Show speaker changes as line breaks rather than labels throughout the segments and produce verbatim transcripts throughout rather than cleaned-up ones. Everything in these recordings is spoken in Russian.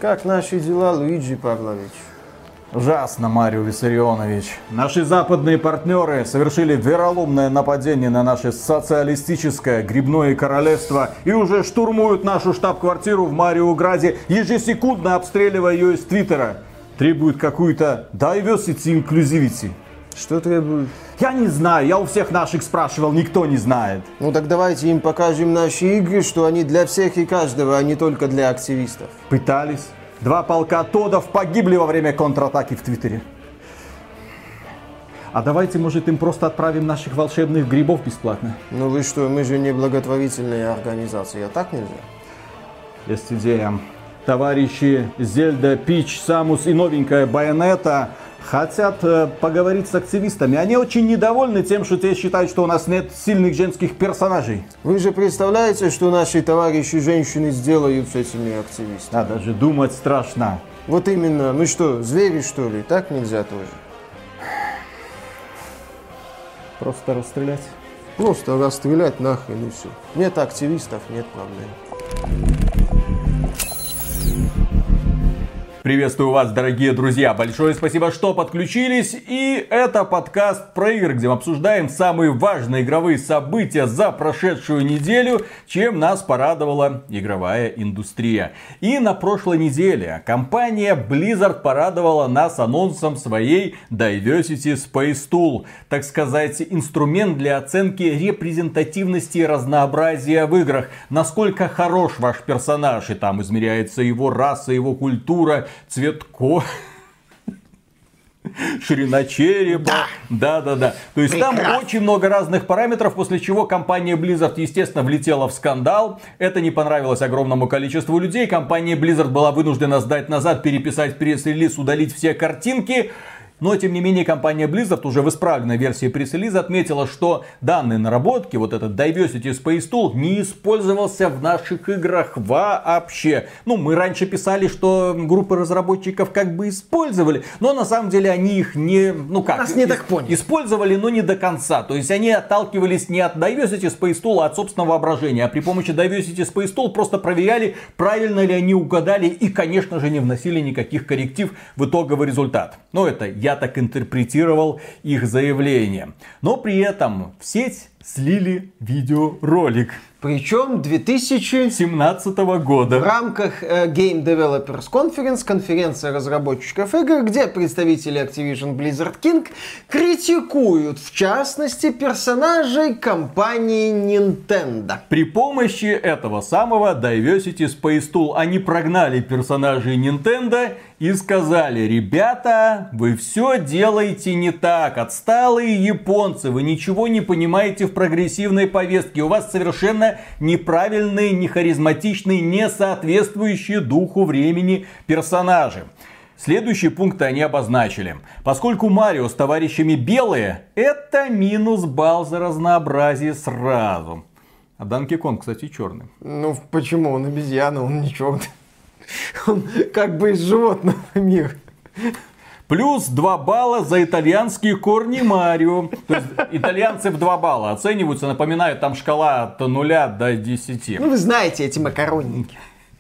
Как наши дела, Луиджи Павлович?
Ужасно, Марио Виссарионович. Наши западные партнеры совершили вероломное нападение на наше социалистическое грибное королевство и уже штурмуют нашу штаб-квартиру в Мариограде, ежесекундно обстреливая ее из Твиттера. Требуют какую-то diversity inclusivity.
Что требует?
Я не знаю, я у всех наших спрашивал, никто не знает.
Ну так давайте им покажем наши игры, что они для всех и каждого, а не только для активистов.
Пытались. Два полка тодов погибли во время контратаки в Твиттере. А давайте, может, им просто отправим наших волшебных грибов бесплатно?
Ну вы что, мы же не благотворительная организация, а так нельзя?
Есть идея. Товарищи Зельда, Пич, Самус и новенькая Байонета хотят э, поговорить с активистами. Они очень недовольны тем, что те считают, что у нас нет сильных женских персонажей.
Вы же представляете, что наши товарищи женщины сделают с этими активистами?
А даже думать страшно.
Вот именно. Мы что, звери что ли? Так нельзя тоже.
Просто расстрелять?
Просто расстрелять нахрен и все. Нет активистов, нет проблем.
Приветствую вас, дорогие друзья. Большое спасибо, что подключились. И это подкаст про игры, где мы обсуждаем самые важные игровые события за прошедшую неделю, чем нас порадовала игровая индустрия. И на прошлой неделе компания Blizzard порадовала нас анонсом своей Diversity Space Tool. Так сказать, инструмент для оценки репрезентативности и разнообразия в играх. Насколько хорош ваш персонаж, и там измеряется его раса, его культура, цвет кожи, ширина черепа.
Да.
Да, да, да. То есть Прекрасно. Там очень много разных параметров, после чего компания Blizzard, естественно, влетела в скандал. Это не понравилось огромному количеству людей. Компания Blizzard была вынуждена сдать назад, переписать пресс-релиз, удалить все картинки. Но, тем не менее, компания Blizzard уже в исправленной версии пресс-релиза отметила, что данные наработки, вот этот Diversity Space Tool, не использовался в наших играх вообще. Ну, мы раньше писали, что группы разработчиков как бы использовали, но на самом деле они их не, ну как,
Нас не так поняли.
Использовали, но не до конца. То есть они отталкивались не от Diversity Space Tool, а от собственного воображения. А при помощи Diversity Space Tool просто проверяли, правильно ли они угадали, и, конечно же, не вносили никаких корректив в итоговый результат. Но это я так интерпретировал их заявление. Но при этом в сеть слили видеоролик.
Причем две тысячи
семнадцатого года.
В рамках э, Game Developers Conference, конференция разработчиков игр, где представители Activision Blizzard King критикуют, в частности, персонажей компании Nintendo.
При помощи этого самого Diversity Space Tool они прогнали персонажей Nintendo и сказали: ребята, вы все делаете не так, отсталые японцы, вы ничего не понимаете в прогрессивной повестке, у вас совершенно неправильные, не харизматичные, не соответствующие духу времени персонажи. Следующие пункты они обозначили. Поскольку Марио с товарищами белые, это минус балл за разнообразие сразу. А Данки Конг, кстати, черный.
Ну почему? Он обезьяна, он не черный. Он как бы из животного мира.
Плюс два балла за итальянские корни Марио. То есть итальянцы в два балла оцениваются. Напоминаю, там шкала от нуля до десяти.
Ну вы знаете эти макаронники.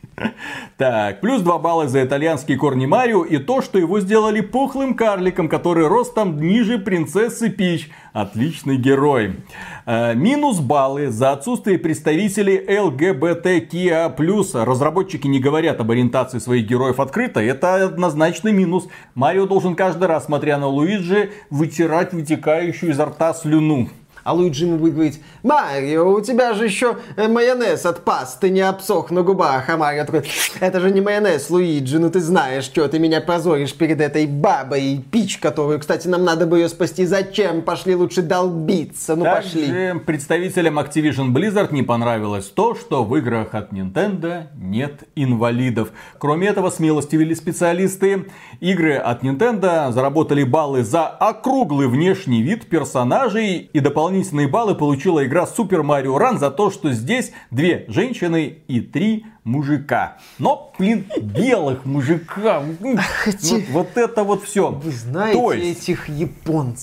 Так, плюс два балла за итальянские корни Марио и то, что его сделали пухлым карликом, который ростом ниже принцессы Пич. Отличный герой. Э, минус баллы за отсутствие представителей эл гэ бэ тэ ки а плюс. Разработчики не говорят об ориентации своих героев открыто. Это однозначный минус. Марио должен каждый раз, смотря на Луиджи, вытирать вытекающую изо рта слюну.
А Луиджи ему будет говорить: Марио, у тебя же еще майонез от пасты не обсох на губах. А Марио такой: это же не майонез, Луиджи, ну ты знаешь, что ты меня позоришь перед этой бабой Пич, которую, кстати, нам надо бы ее спасти. Зачем? Пошли лучше долбиться, ну
Также
пошли.
представителям Activision Blizzard не понравилось то, что в играх от Nintendo нет инвалидов. Кроме этого, смилостивили специалисты. Игры от Nintendo заработали баллы за округлый внешний вид персонажей и дополнительные Дополнительные баллы получила игра Super Mario Run за то, что здесь две женщины и три мужика. Но, блин, белых мужика.
Ах, эти...
вот, вот это вот все.
Вы знаете
то есть...
этих японцев.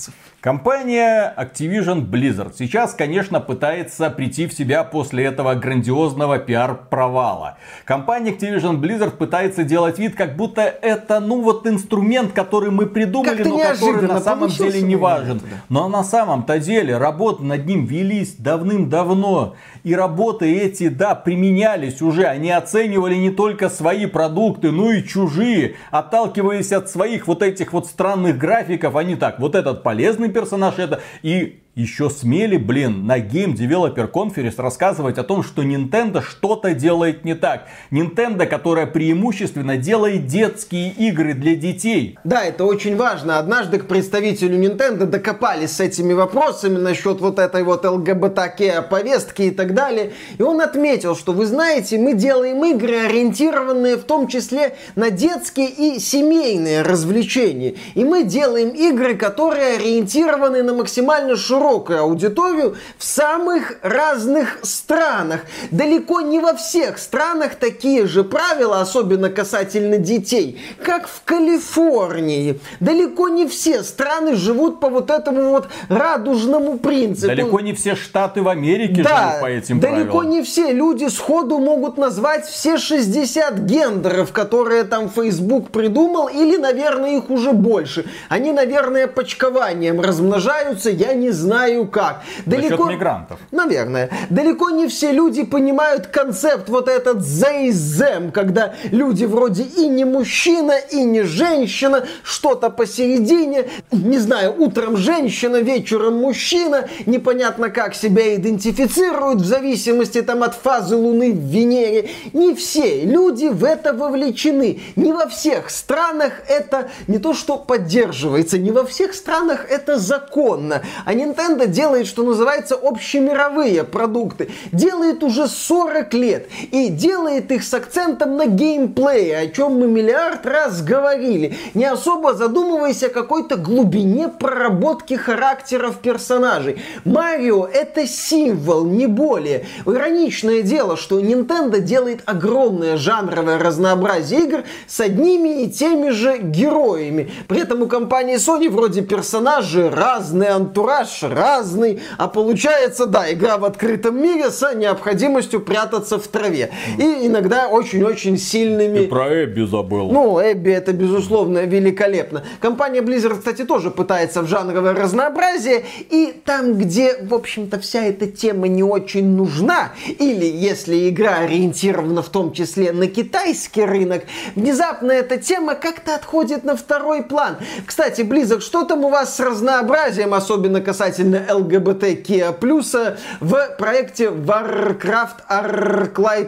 Компания Activision Blizzard сейчас, конечно, пытается прийти в себя после этого грандиозного пиар-провала. Компания Activision Blizzard пытается делать вид, как будто это, ну вот, инструмент, который мы придумали,
Как-то
но который на самом деле не важен.
Да.
Но на самом-то деле работы над ним велись давным-давно. И работы эти, да, применялись уже. Они оценивали не только свои продукты, но и чужие. Отталкиваясь от своих вот этих вот странных графиков, они так, вот этот полезный персонаж, это... И еще смели, блин, на Game Developer Conference рассказывать о том, что Nintendo что-то делает не так. Nintendo, которая преимущественно делает детские игры для детей.
Да, это очень важно. Однажды к представителю Nintendo докопались с этими вопросами насчет вот этой вот ЛГБТ-повестки и так далее. И он отметил, что, вы знаете, мы делаем игры, ориентированные в том числе на детские и семейные развлечения. И мы делаем игры, которые ориентированы на максимально широкую аудиторию в самых разных странах. Далеко не во всех странах такие же правила, особенно касательно детей, как в Калифорнии. Далеко не все страны живут по вот этому вот радужному принципу.
Далеко не все штаты в Америке
да,
живут по этим
далеко
правилам.
не все люди сходу могут назвать все шестьдесят гендеров, которые там Facebook придумал, или, наверное, их уже больше. Они, наверное, почкованием размножаются, я не знаю. Знаю как.
Далеко... За счет мигрантов.
Наверное. Далеко не все люди понимают концепт вот этот they them, когда люди вроде и не мужчина, и не женщина, что-то посередине, не знаю, утром женщина, вечером мужчина, непонятно как себя идентифицируют в зависимости там от фазы Луны в Венере. Не все люди в это вовлечены. Не во всех странах это не то что поддерживается, не во всех странах это законно. А Nintendo делает, что называется, общемировые продукты. Делает уже сорок лет. И делает их с акцентом на геймплее, о чем мы миллиард раз говорили. Не особо задумываясь о какой-то глубине проработки характеров персонажей. Марио — это символ, не более. Ироничное дело, что Nintendo делает огромное жанровое разнообразие игр с одними и теми же героями. При этом у компании Sony вроде персонажи разные, антураж разный, а получается, да, игра в открытом мире с необходимостью прятаться в траве. И иногда очень-очень сильными...
Ты про Эбби забыл.
Ну, Эбби это, безусловно, великолепно. Компания Blizzard, кстати, тоже пытается в жанровое разнообразие, и там, где, в общем-то, вся эта тема не очень нужна, или если игра ориентирована в том числе на китайский рынок, внезапно эта тема как-то отходит на второй план. Кстати, Blizzard, что там у вас с разнообразием, особенно касательно ЛГБТКИА плюса, в проекте Warcraft Arclight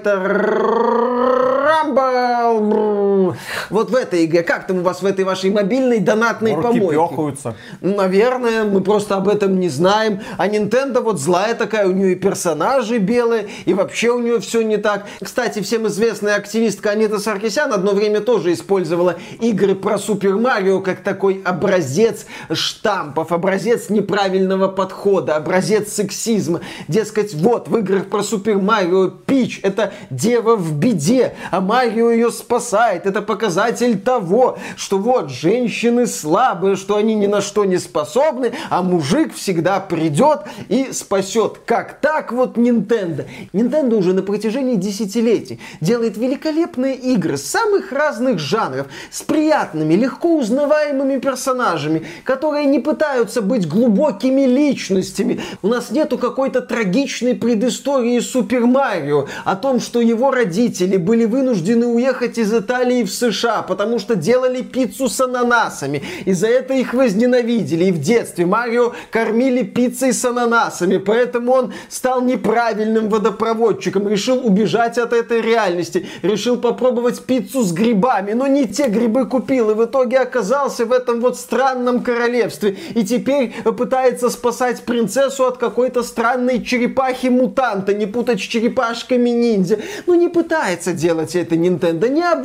Rumble? Вот в этой игре. Как там у вас в этой вашей мобильной донатной
Орки
помойке?
пёхаются.
Наверное, мы просто об этом не знаем. А Nintendo вот злая такая, у нее и персонажи белые, и вообще у нее все не так. Кстати, всем известная активистка Анита Саркисян одно время тоже использовала игры про Супер Марио как такой образец штампов, образец неправильного подхода, образец сексизма. Дескать, вот в играх про Супер Марио Пич — это дева в беде, а Марио ее спасает. Это показатель того, что вот женщины слабые, что они ни на что не способны, а мужик всегда придет и спасет. Как так вот Nintendo? Nintendo уже на протяжении десятилетий делает великолепные игры самых разных жанров, с приятными, легко узнаваемыми персонажами, которые не пытаются быть глубокими личностями. У нас нету какой-то трагичной предыстории Супер Марио о том, что его родители были вынуждены уехать из Италии в США, потому что делали пиццу с ананасами. И за это их возненавидели. И в детстве Марио кормили пиццей с ананасами, поэтому он стал неправильным водопроводчиком, решил убежать от этой реальности, решил попробовать пиццу с грибами, но не те грибы купил, и в итоге оказался в этом вот странном королевстве. И теперь пытается спасать принцессу от какой-то странной черепахи-мутанта, не путать с черепашками-ниндзя. Ну не пытается делать это Nintendo, не об этом их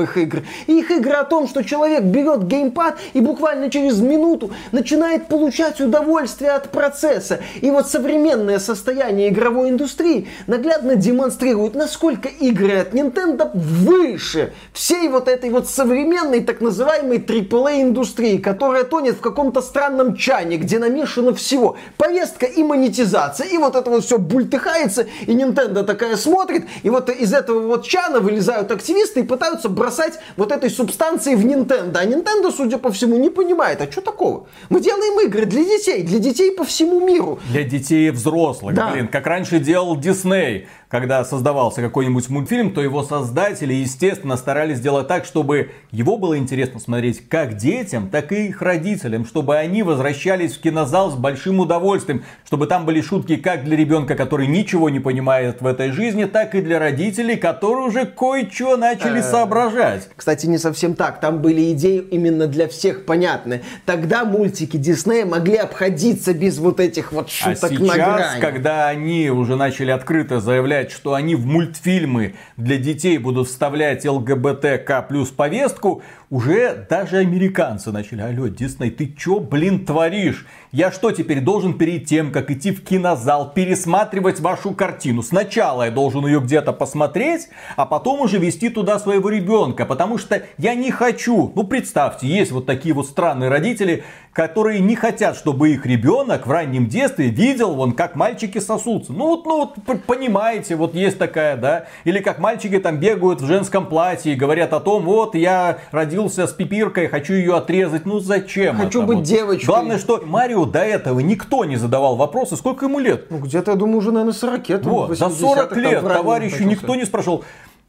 современных игр. Их игры о том, что человек берет геймпад и буквально через минуту начинает получать удовольствие от процесса. И вот современное состояние игровой индустрии наглядно демонстрирует, насколько игры от Nintendo выше всей вот этой вот современной так называемой трипл эй индустрии, которая тонет в каком-то странном чане, где намешано всего. Повестка и монетизация. И вот это вот все бультыхается, и Nintendo такая смотрит, и вот из этого вот чана вылезают активисты и пытаются бросать вот этой субстанции в Nintendo. А Nintendo, судя по всему, не понимает, а что такого? Мы делаем игры для детей, для детей по всему миру.
Для детей и взрослых, да. Блин, как раньше делал Disney. Когда создавался какой-нибудь мультфильм, то его создатели, естественно, старались сделать так, чтобы его было интересно смотреть как детям, так и их родителям, чтобы они возвращались в кинозал с большим удовольствием, чтобы там были шутки как для ребенка, который ничего не понимает в этой жизни, так и для родителей, которые уже кое-что начали соображать.
Кстати, не совсем так. Там были идеи именно для всех понятные. Тогда мультики Диснея могли обходиться без вот этих вот шуток на грани.
А сейчас, когда они уже начали открыто заявлять, что они в мультфильмы для детей будут вставлять эл гэ бэ тэ ка плюс повестку, уже даже американцы начали: алло, Дисней, ты чё, блин, творишь? Я что, теперь должен перед тем, как идти в кинозал, пересматривать вашу картину? Сначала я должен ее где-то посмотреть, а потом уже вести туда своего ребенка, потому что я не хочу. Ну, представьте, есть вот такие вот странные родители, которые не хотят, чтобы их ребенок в раннем детстве видел, вон, как мальчики сосутся. Ну вот, ну вот, понимаете, вот есть такая, да? Или как мальчики там бегают в женском платье и говорят о том: вот, я родился с пипиркой, хочу ее отрезать. Ну зачем
Хочу
это?
быть
Вот.
девочкой.
Главное, что Марио до этого никто не задавал вопросы, сколько ему лет.
Ну где-то, я думаю, уже, наверное, сорок.
Вот, за сорок лет товарищу никто не спрашивал: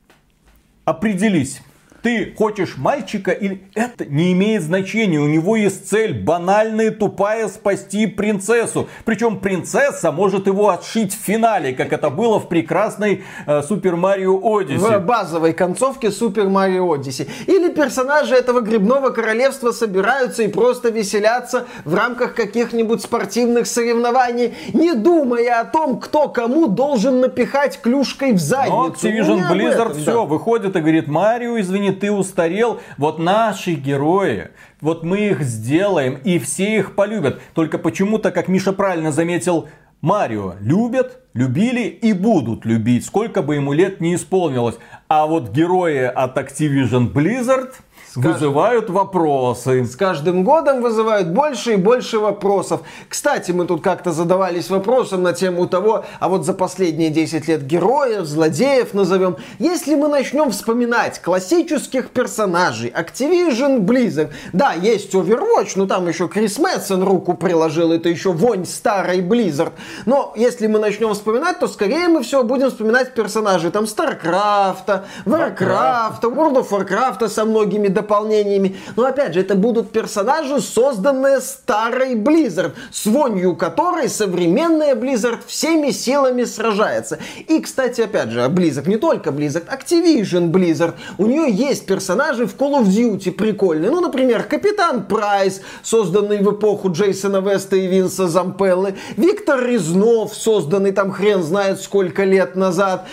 определись, ты хочешь мальчика или... Это не имеет значения. У него есть цель банальная, тупая: спасти принцессу. Причем принцесса может его отшить в финале, как это было в прекрасной Супер Марио Одиссе.
В базовой концовке Супер Марио Одиссе. Или персонажи этого грибного королевства собираются и просто веселятся в рамках каких-нибудь спортивных соревнований, не думая о том, кто кому должен напихать клюшкой в задницу.
Но Activision
ну,
Blizzard
этом,
все,
да.
выходит и говорит: Марио, извини, ты устарел, вот наши герои, вот мы их сделаем, и все их полюбят. Только почему-то, как Миша правильно заметил, Марио любят, любили и будут любить, сколько бы ему лет не исполнилось. А вот герои от Activision Blizzard вызывают вопросы.
С каждым годом вызывают больше и больше вопросов. Кстати, мы тут как-то задавались вопросом на тему того, а вот за последние десять лет героев, злодеев назовем. Если мы начнем вспоминать классических персонажей Activision Blizzard, да, есть Overwatch, но там еще Крис Мэтсон руку приложил, это еще вонь старой Blizzard. Но если мы начнем вспоминать, то скорее мы все будем вспоминать персонажей там Старкрафта, Варкрафта, World of Warcraft со многими дополнениями. Но опять же, это будут персонажи, созданные старой Blizzard, с вонью которой современная Blizzard всеми силами сражается. И, кстати, опять же, Blizzard, не только Blizzard, Activision Blizzard, у нее есть персонажи в Call of Duty прикольные. Ну, например, Капитан Прайс, созданный в эпоху Джейсона Веста и Винса Зампеллы, Виктор Резнов, созданный там хрен знает сколько лет назад,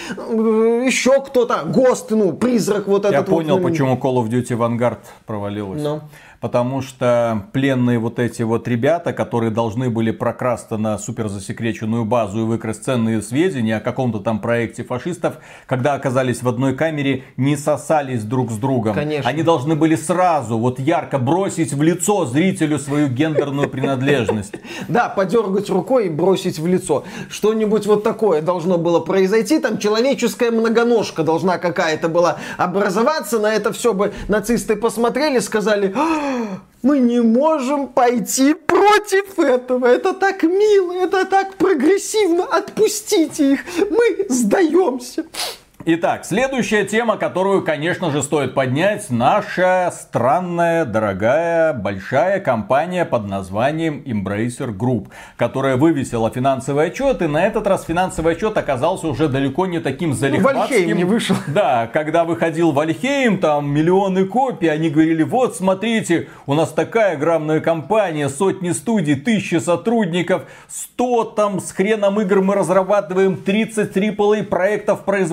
еще кто-то, Гост, ну, призрак вот этот.
Я понял,
вот,
почему Call of Duty Vanguard провалилась.
No.
Потому что пленные вот эти вот ребята, которые должны были прокрасться на суперзасекреченную базу и выкрасть ценные сведения о каком-то там проекте фашистов, когда оказались в одной камере, не сосались друг с другом.
Конечно.
Они должны были сразу вот ярко бросить в лицо зрителю свою гендерную принадлежность.
Да, подергать рукой и бросить в лицо. Что-нибудь вот такое должно было произойти. Там человеческая многоножка должна какая-то была образоваться. На это все бы нацисты посмотрели, сказали: мы не можем пойти против этого. Это так мило, это так прогрессивно. Отпустите их. Мы сдаемся.
Итак, следующая тема, которую, конечно же, стоит поднять, наша странная, дорогая, большая компания под названием Embracer Group, которая вывесила финансовый отчет, и на этот раз финансовый отчет оказался уже далеко не таким залихватским.
Вальхейм не вышел.
Да, когда выходил Вальхейм, там миллионы копий, они говорили: вот, смотрите, у нас такая огромная компания, сотни студий, тысячи сотрудников, сто там с хреном игр мы разрабатываем, тридцать трипл эй проектов производственных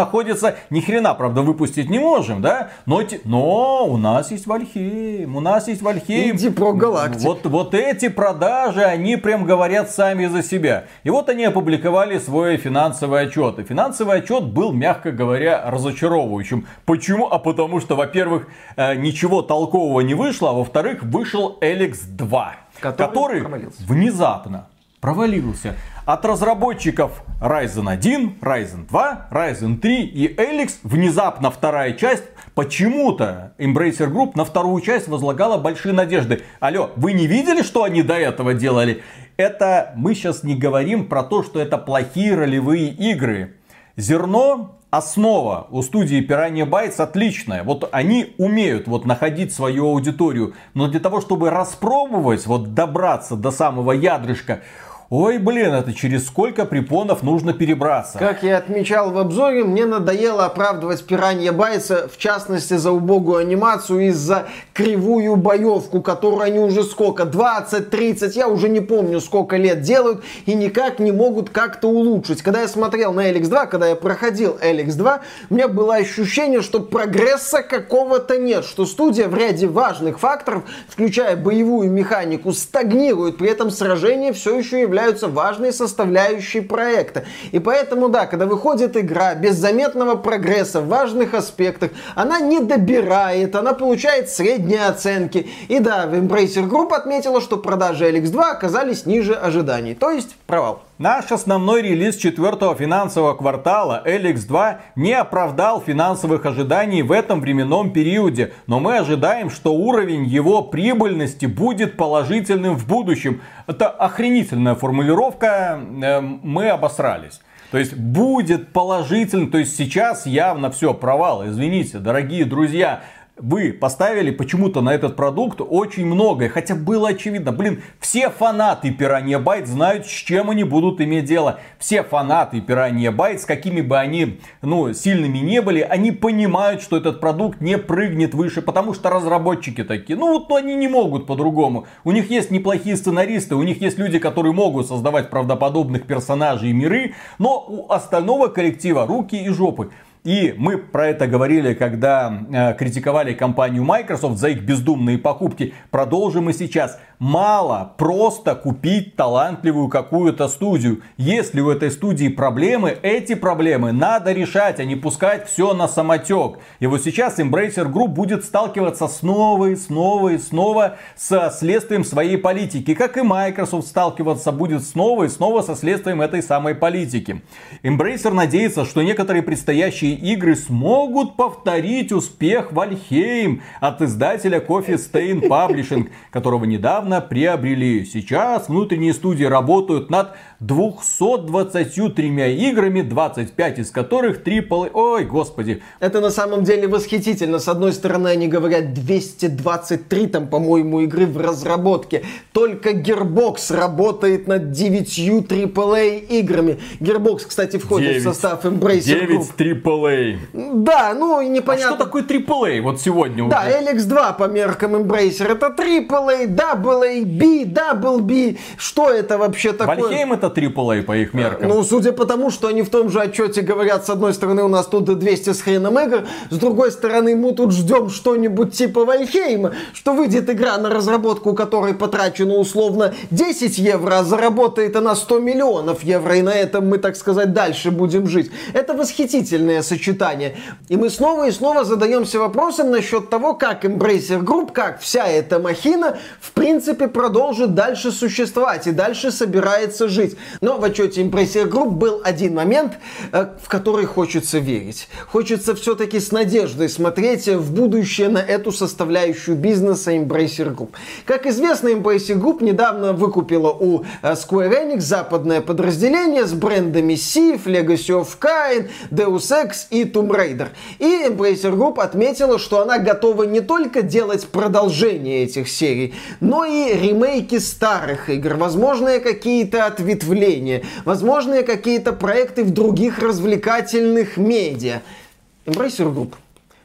находится. Ни хрена, правда, выпустить не можем, да? Но, но у нас есть Вальхейм, у нас есть Вальхейм.
Иди про Галактик.
Вот, вот эти продажи, они прям говорят сами за себя. И вот они опубликовали свой финансовый отчет. И финансовый отчет был, мягко говоря, разочаровывающим. Почему? А потому что, во-первых, ничего толкового не вышло, а во-вторых, вышел Эликс два, который, который внезапно провалился. От разработчиков Ryzen один, Ryzen два, Ryzen три и Эликс внезапно вторая часть. Почему-то Embracer Group на вторую часть возлагала большие надежды. Алло, вы не видели, что они до этого делали? Это мы сейчас не говорим про то, что это плохие ролевые игры. Зерно, основа у студии Piranha Bytes отличная. Вот они умеют вот находить свою аудиторию. Но для того, чтобы распробовать, вот добраться до самого ядрышка, ой, блин, это через сколько препонов нужно перебраться.
Как я отмечал в обзоре, мне надоело оправдывать Piranha Bytes, в частности, за убогую анимацию и за кривую боевку, которую они уже сколько, двадцать тридцать, я уже не помню, сколько лет делают, и никак не могут как-то улучшить. Когда я смотрел на Эликс два, когда я проходил Эликс два, у меня было ощущение, что прогресса какого-то нет, что студия в ряде важных факторов, включая боевую механику, стагнирует, при этом сражения все еще являются являются важной составляющей проекта. И поэтому, да, когда выходит игра без заметного прогресса в важных аспектах, она не добирает, она получает средние оценки. И да, Embracer Group отметила, что продажи Эликс два оказались ниже ожиданий. То есть провал.
Наш основной релиз четвертого финансового квартала Эликс два не оправдал финансовых ожиданий в этом временном периоде, но мы ожидаем, что уровень его прибыльности будет положительным в будущем. Это охренительная формулировка, мы обосрались. То есть будет положительно, то есть сейчас явно все, провал, извините, дорогие друзья. Вы поставили почему-то на этот продукт очень многое, хотя было очевидно. Блин, все фанаты Piranha Bytes знают, с чем они будут иметь дело. Все фанаты Piranha Bytes, какими бы они ну, сильными не были, они понимают, что этот продукт не прыгнет выше, потому что разработчики такие. Ну вот ну, они не могут по-другому. У них есть неплохие сценаристы, у них есть люди, которые могут создавать правдоподобных персонажей и миры, но у остального коллектива руки и жопы. И мы про это говорили, когда э, критиковали компанию Microsoft за их бездумные покупки. Продолжим и сейчас. Мало просто купить талантливую какую-то студию. Если у этой студии проблемы, эти проблемы надо решать, а не пускать все на самотек. И вот сейчас Embracer Group будет сталкиваться снова и снова и снова со следствием своей политики. Как и Microsoft сталкиваться будет снова и снова со следствием этой самой политики. Embracer надеется, что некоторые предстоящие игры смогут повторить успех Valheim от издателя Coffee Stain Publishing, которого недавно приобрели. Сейчас внутренние студии работают над двумястами двадцатью тремя играми, двадцать пять из которых трипл. Ой, господи.
Это на самом деле восхитительно. С одной стороны, они говорят двести двадцать три там, по-моему, игры в разработке. Только Gearbox работает над девятью трипл эй играми. Gearbox, кстати, входит девять, в состав Embracer Group.
девять трипл эй.
Да, ну и непонятно.
А что такое трипл эй вот сегодня
да,
уже?
Да, Эликс два по меркам Embracer это трипл эй, дабл эй, B, дабл би. Что это вообще такое?
Valheim это трипл эй по их меркам.
Ну, судя по тому, что они в том же отчете говорят, с одной стороны, у нас тут двести с хреном игр, с другой стороны, мы тут ждем что-нибудь типа Valheim, что выйдет игра, на разработку которой потрачено условно десять евро, а заработает она сто миллионов евро, и на этом мы, так сказать, дальше будем жить. Это восхитительное сочетание. И мы снова и снова задаемся вопросом насчет того, как Embracer Group, как вся эта махина, в принципе, продолжит дальше существовать и дальше собирается жить. Но в отчете Embracer Group был один момент, в который хочется верить. Хочется все-таки с надеждой смотреть в будущее на эту составляющую бизнеса Embracer Group. Как известно, Embracer Group недавно выкупила у Square Enix западное подразделение с брендами Civ, Legacy of Kain, Deus Ex и Tomb Raider. И Embracer Group отметила, что она готова не только делать продолжение этих серий, но и ремейки старых игр, возможные какие-то ответвления, возможные какие-то проекты в других развлекательных медиа. Embracer Group,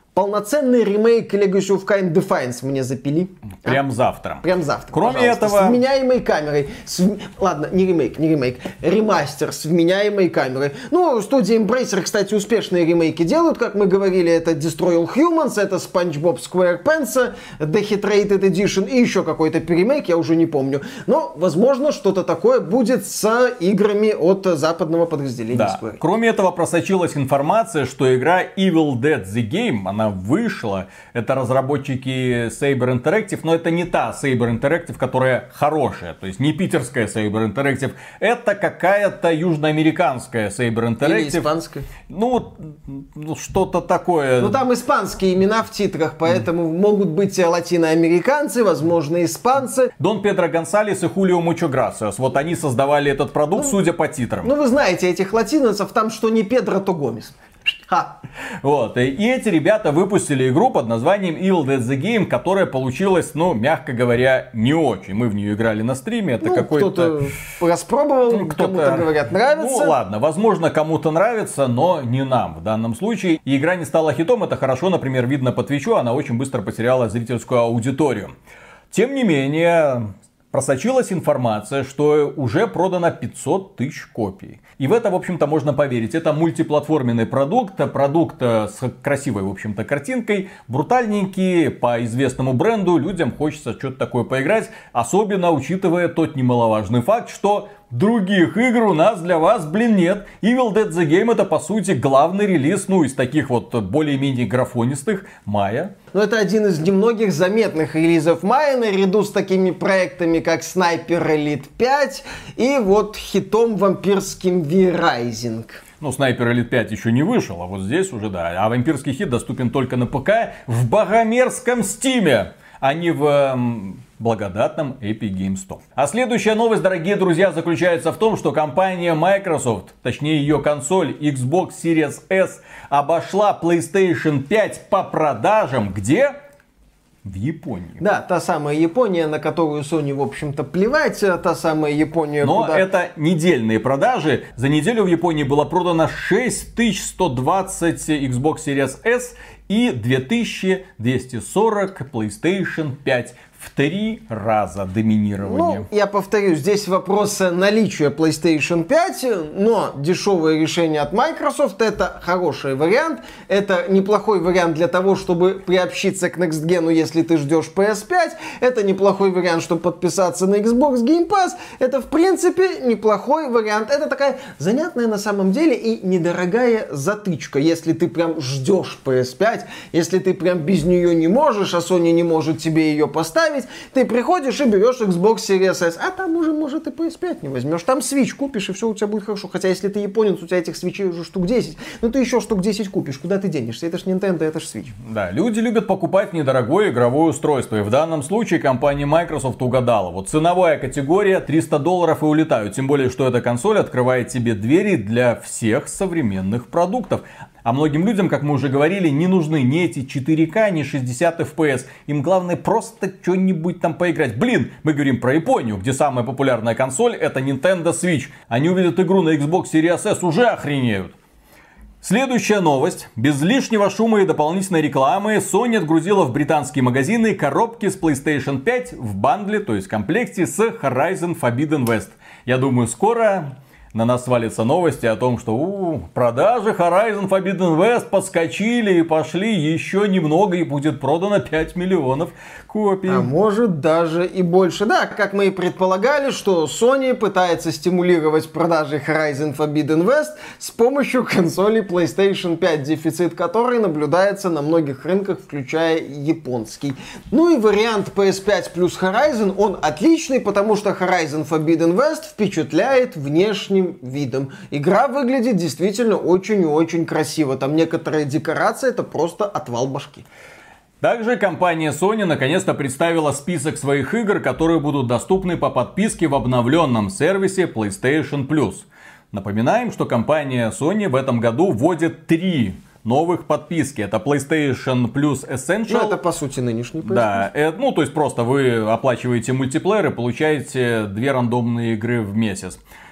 Полноценный ремейк Legacy of Kain Defiance мне запили.
Прям
а?
завтра.
Прям завтра.
Кроме
пожалуйста.
этого...
С вменяемой камерой. С... Ладно, не ремейк, не ремейк. Ремастер с вменяемой камерой. Ну, студия Embracer, кстати, успешные ремейки делают, как мы говорили. Это Destroy All Humans, это SpongeBob SquarePants, Dehydrated Edition и еще какой-то перемейк, я уже не помню. Но, возможно, что-то такое будет с играми от западного подразделения
да.
Square.
Кроме этого, просочилась информация, что игра Evil Dead The Game, она вышла. Это разработчики Saber Interactive, но это не та Saber Interactive, которая хорошая. То есть не питерская Saber Interactive. Это какая-то южноамериканская Saber Interactive.
Или испанская.
Ну, что-то такое.
Ну, там испанские имена в титрах, поэтому mm. могут быть латиноамериканцы, возможно, испанцы.
Дон Педро Гонсалес и Хулио Мучо Грасиос. Вот они создавали этот продукт, ну, судя по титрам.
Ну, вы знаете этих латиносов, там что не Педро, то Гомес. Ха.
Вот, и эти ребята выпустили игру под названием Evil Dead The Game, которая получилась, ну, мягко говоря, не очень. Мы в нее играли на стриме, это
ну,
какой-то...
кто-то распробовал, ну, кто-то... кому-то, говорят, нравится.
Ну, ладно, возможно, кому-то нравится, но не нам в данном случае. И игра не стала хитом, это хорошо, например, видно по Твичу, она очень быстро потеряла зрительскую аудиторию. Тем не менее... Просочилась информация, что уже продано пятьсот тысяч копий. И в это, в общем-то, можно поверить. Это мультиплатформенный продукт, продукт с красивой, в общем-то, картинкой. Брутальненький, по известному бренду. Людям хочется что-то такое поиграть. Особенно учитывая тот немаловажный факт, что других игр у нас для вас, блин, нет. Evil Dead The Game это, по сути, главный релиз, ну, из таких вот более-менее графонистых, мая.
Ну, это один из немногих заметных релизов мая, наряду с такими проектами, как Sniper Elite пять и вот хитом вампирским V-Rising.
Ну, Sniper Elite пять еще не вышел, а вот здесь уже, да. А вампирский хит доступен только на ПК в богомерзком Стиме, а не в... Эм... благодатном Epic Games Store. А следующая новость, дорогие друзья, заключается в том, что компания Microsoft, точнее ее консоль Xbox Series S, обошла PlayStation пять по продажам. Где? В Японии.
Да, та самая Япония, на которую Sony, в общем-то, плевать. Та самая Япония,
Но
куда...
это недельные продажи. За неделю в Японии было продано шесть тысяч сто двадцать Xbox Series S и две тысячи двести сорок PlayStation пять. В три раза доминирование.
Ну, я повторюсь, здесь вопрос наличия PlayStation пять, но дешевое решение от Microsoft это хороший вариант. Это неплохой вариант для того, чтобы приобщиться к Next Gen, если ты ждешь пи эс пять. Это неплохой вариант, чтобы подписаться на Xbox Game Pass. Это, в принципе, неплохой вариант. Это такая занятная на самом деле и недорогая затычка. Если ты прям ждешь пи эс пять, если ты прям без нее не можешь, а Sony не может тебе ее поставить, ты приходишь и берешь Xbox Series S, а там уже, может, и пи эс пять не возьмешь. Там Switch купишь, и все у тебя будет хорошо. Хотя, если ты японец, у тебя этих свитчей уже штук десять. Ну, ты еще штук десять купишь. Куда ты денешься? Это ж Nintendo, это ж Switch.
Да, люди любят покупать недорогое игровое устройство. И в данном случае компания Microsoft угадала. Вот ценовая категория триста долларов и улетают. Тем более, что эта консоль открывает тебе двери для всех современных продуктов. А многим людям, как мы уже говорили, не нужны ни эти четыре ка, ни шестьдесят эф пи эс. Им главное просто что-нибудь там поиграть. Блин, мы говорим про Японию, где самая популярная консоль это Nintendo Switch. Они увидят игру на Xbox Series S, уже охренеют. Следующая новость. Без лишнего шума и дополнительной рекламы Sony отгрузила в британские магазины коробки с PlayStation пять в бандле, то есть в комплекте с Horizon Forbidden West. Я думаю, скоро... на нас свалятся новости о том, что у, продажи Horizon Forbidden West подскочили и пошли еще немного, и будет продано пять миллионов копий.
А может даже и больше. Да, как мы и предполагали, что Sony пытается стимулировать продажи Horizon Forbidden West с помощью консоли PlayStation пять, дефицит которой наблюдается на многих рынках, включая японский. Ну и вариант пи эс пять плюс Horizon, он отличный, потому что Horizon Forbidden West впечатляет внешне видом. Игра выглядит действительно очень и очень красиво. Там некоторые декорации, это просто отвал башки.
Также компания Sony наконец-то представила список своих игр, которые будут доступны по подписке в обновленном сервисе PlayStation Plus. Напоминаем, что компания Sony в этом году вводит три новых подписки. Это PlayStation Plus Essential.
Ну, это по сути нынешний пи эс пи.
Да, это, ну то есть просто вы оплачиваете мультиплеер и получаете две рандомные игры в месяц.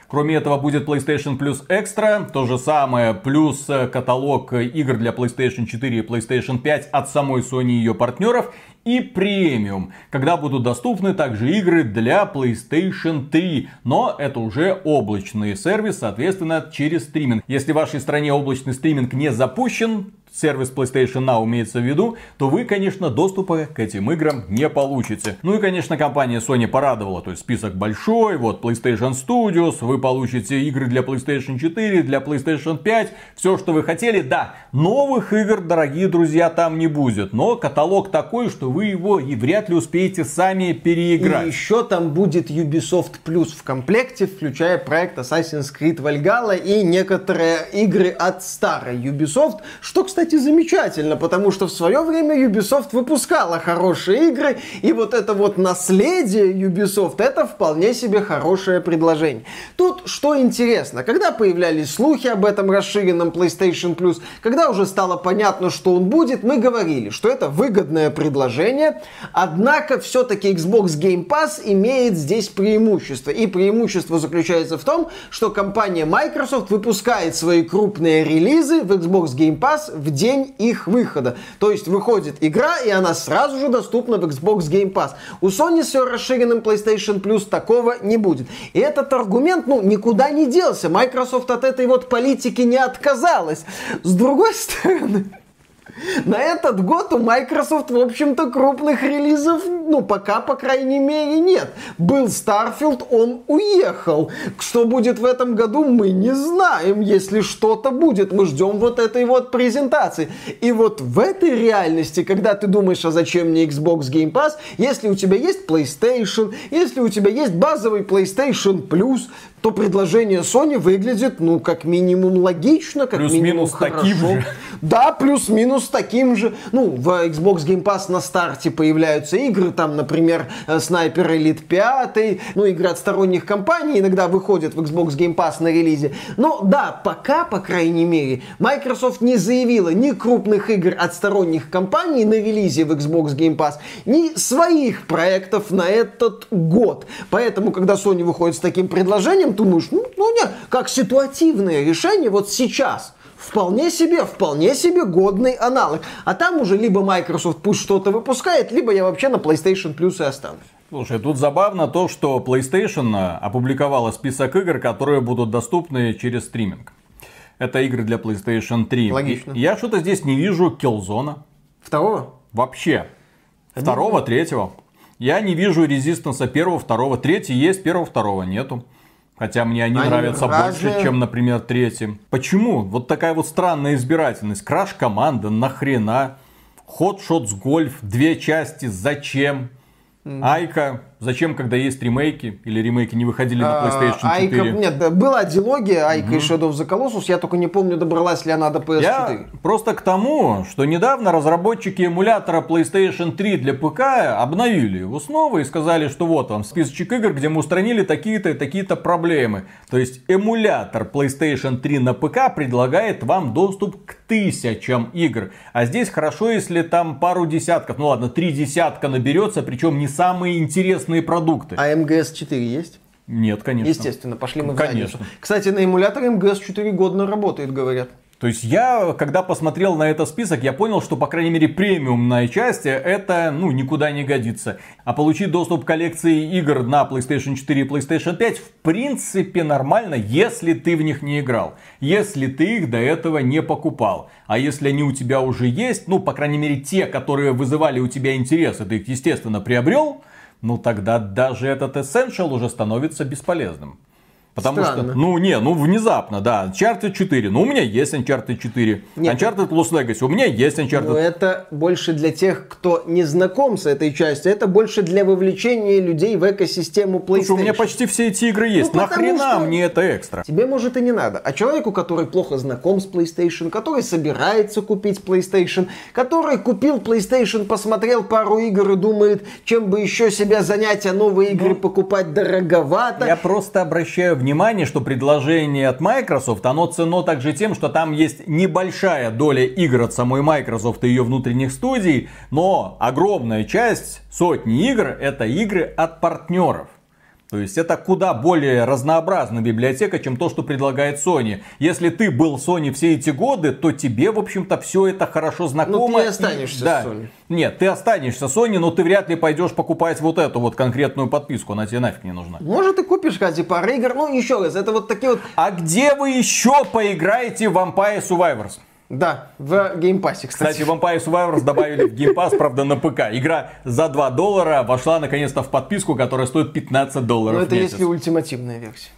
Кроме этого будет PlayStation Plus Extra, то же самое, плюс каталог игр для PlayStation четыре и PlayStation пять от самой Sony и ее партнеров. И премиум, когда будут доступны также игры для PlayStation три. Но это уже облачный сервис, соответственно, через стриминг. Если в вашей стране облачный стриминг не запущен, сервис PlayStation Now имеется в виду, то вы, конечно, доступа к этим играм не получите. Ну и, конечно, компания Sony порадовала, то есть список большой, вот PlayStation Studios, вы получите игры для PlayStation четыре, для PlayStation пять, все, что вы хотели. Да, новых игр, дорогие друзья, там не будет, но каталог такой, что вы его и вряд ли успеете сами переиграть.
И еще там будет Ubisoft Plus в комплекте, включая проект Assassin's Creed Valhalla и некоторые игры от старой Ubisoft, что, кстати, замечательно, потому что в свое время Ubisoft выпускала хорошие игры, и вот это вот наследие Ubisoft, это вполне себе хорошее предложение. Тут что интересно, когда появлялись слухи об этом расширенном PlayStation Plus, когда уже стало понятно, что он будет, мы говорили, что это выгодное предложение, однако все-таки Xbox Game Pass имеет здесь преимущество, и преимущество заключается в том, что компания Microsoft выпускает свои крупные релизы в Xbox Game Pass в день их выхода. То есть выходит игра, и она сразу же доступна в Xbox Game Pass. У Sony с ее расширенным PlayStation Plus такого не будет. И этот аргумент, ну, никуда не делся. Microsoft от этой вот политики не отказалась. С другой стороны, на этот год у Microsoft, в общем-то, крупных релизов, ну, пока, по крайней мере, нет. Был Starfield, он уехал. Что будет в этом году, мы не знаем. Если что-то будет, мы ждем вот этой вот презентации. И вот в этой реальности, когда ты думаешь, а зачем мне Xbox Game Pass, если у тебя есть PlayStation, если у тебя есть базовый PlayStation Plus, то предложение Sony выглядит, ну, как минимум логично, как минимум хорошо. Плюс-минус таким же. Да, плюс-минус таким же. Ну, в Xbox Game Pass на старте появляются игры, там, например, Sniper Elite пять, ну, игры от сторонних компаний иногда выходят в Xbox Game Pass на релизе. Но, да, пока, по крайней мере, Microsoft не заявила ни крупных игр от сторонних компаний на релизе в Xbox Game Pass, ни своих проектов на этот год. Поэтому, когда Sony выходит с таким предложением, думаешь, ну, ну нет, как ситуативное решение вот сейчас. Вполне себе, вполне себе годный аналог. А там уже либо Microsoft пусть что-то выпускает, либо я вообще на PlayStation Plus и останусь.
Слушай, тут забавно то, что PlayStation опубликовала список игр, которые будут доступны через стриминг. Это игры для PlayStation три.
Логично.
И я что-то здесь не вижу Killzone.
Второго?
Вообще. Второго, третьего. Я не вижу Resistance первого, второго. Третий есть, первого, второго нету. Хотя мне они, они нравятся разные. Больше, чем, например, третий. Почему? Вот такая вот странная избирательность. Краш команда, нахрена? Hot Shots Golf, две части, зачем? Mm. Айка, зачем, когда есть ремейки? Или ремейки не выходили на PlayStation четыре?
Айка, нет, была дилогия Айка mm-hmm. и Shadow of the Colossus. Я только не помню, добралась ли она до пи эс четыре.
Я просто к тому, что недавно разработчики эмулятора PlayStation три для ПК обновили его снова и сказали, что вот вам списочек игр, где мы устранили такие-то и такие-то проблемы. То есть эмулятор PlayStation три на ПК предлагает вам доступ к тысячам игр. А здесь хорошо, если там пару десятков, ну ладно, три десятка наберется, причем не самые интересные продукты.
А эм гэ эс четыре есть?
Нет, конечно.
Естественно, пошли мы в
Конечно.
задницу. Кстати, на эмуляторе эм гэ эс четыре годно работает, говорят.
То есть я, когда посмотрел на этот список, я понял, что, по крайней мере, премиумная часть, это, ну, никуда не годится. А получить доступ к коллекции игр на PlayStation четыре и PlayStation пять, в принципе, нормально, если ты в них не играл. Если ты их до этого не покупал. А если они у тебя уже есть, ну, по крайней мере, те, которые вызывали у тебя интерес, и ты их, естественно, приобрел, ну, тогда даже этот Essential уже становится бесполезным. Потому
Странно.
что, ну не, ну внезапно, да, Uncharted четыре, ну у меня есть Uncharted четыре, Нет. Uncharted Lost Legacy, у меня есть Uncharted.
Но это больше для тех, кто не знаком с этой частью, это больше для вовлечения людей в экосистему PlayStation.
Слушай, у меня почти все эти игры есть, ну, нахрена что... мне это экстра?
Тебе может и не надо, а человеку, который плохо знаком с PlayStation, который собирается купить PlayStation, который купил PlayStation, посмотрел пару игр и думает, чем бы еще себя занять, а новые игры ну, покупать дороговато.
Я просто обращаю внимание, Внимание, что предложение от Microsoft, оно ценно также тем, что там есть небольшая доля игр от самой Microsoft и ее внутренних студий, но огромная часть, сотни игр, это игры от партнеров. То есть это куда более разнообразная библиотека, чем то, что предлагает Sony. Если ты был Sony все эти годы, то тебе, в общем-то, все это хорошо знакомо.
Ну, ты останешься
и... да.
с Sony.
Нет, ты останешься Sony, но ты вряд ли пойдешь покупать вот эту вот конкретную подписку. Она тебе нафиг не нужна.
Может, ты купишь ради пары игр. Ну, еще раз, это вот такие вот...
А где вы еще поиграете в Vampire Survivors?
Да, в геймпассе, кстати.
Кстати, Vampire Survivors добавили в геймпасс, правда, на ПК. Игра за два доллара вошла наконец-то в подписку, которая стоит пятнадцать долларов
Но
в
это
месяц.
если ультимативная версия.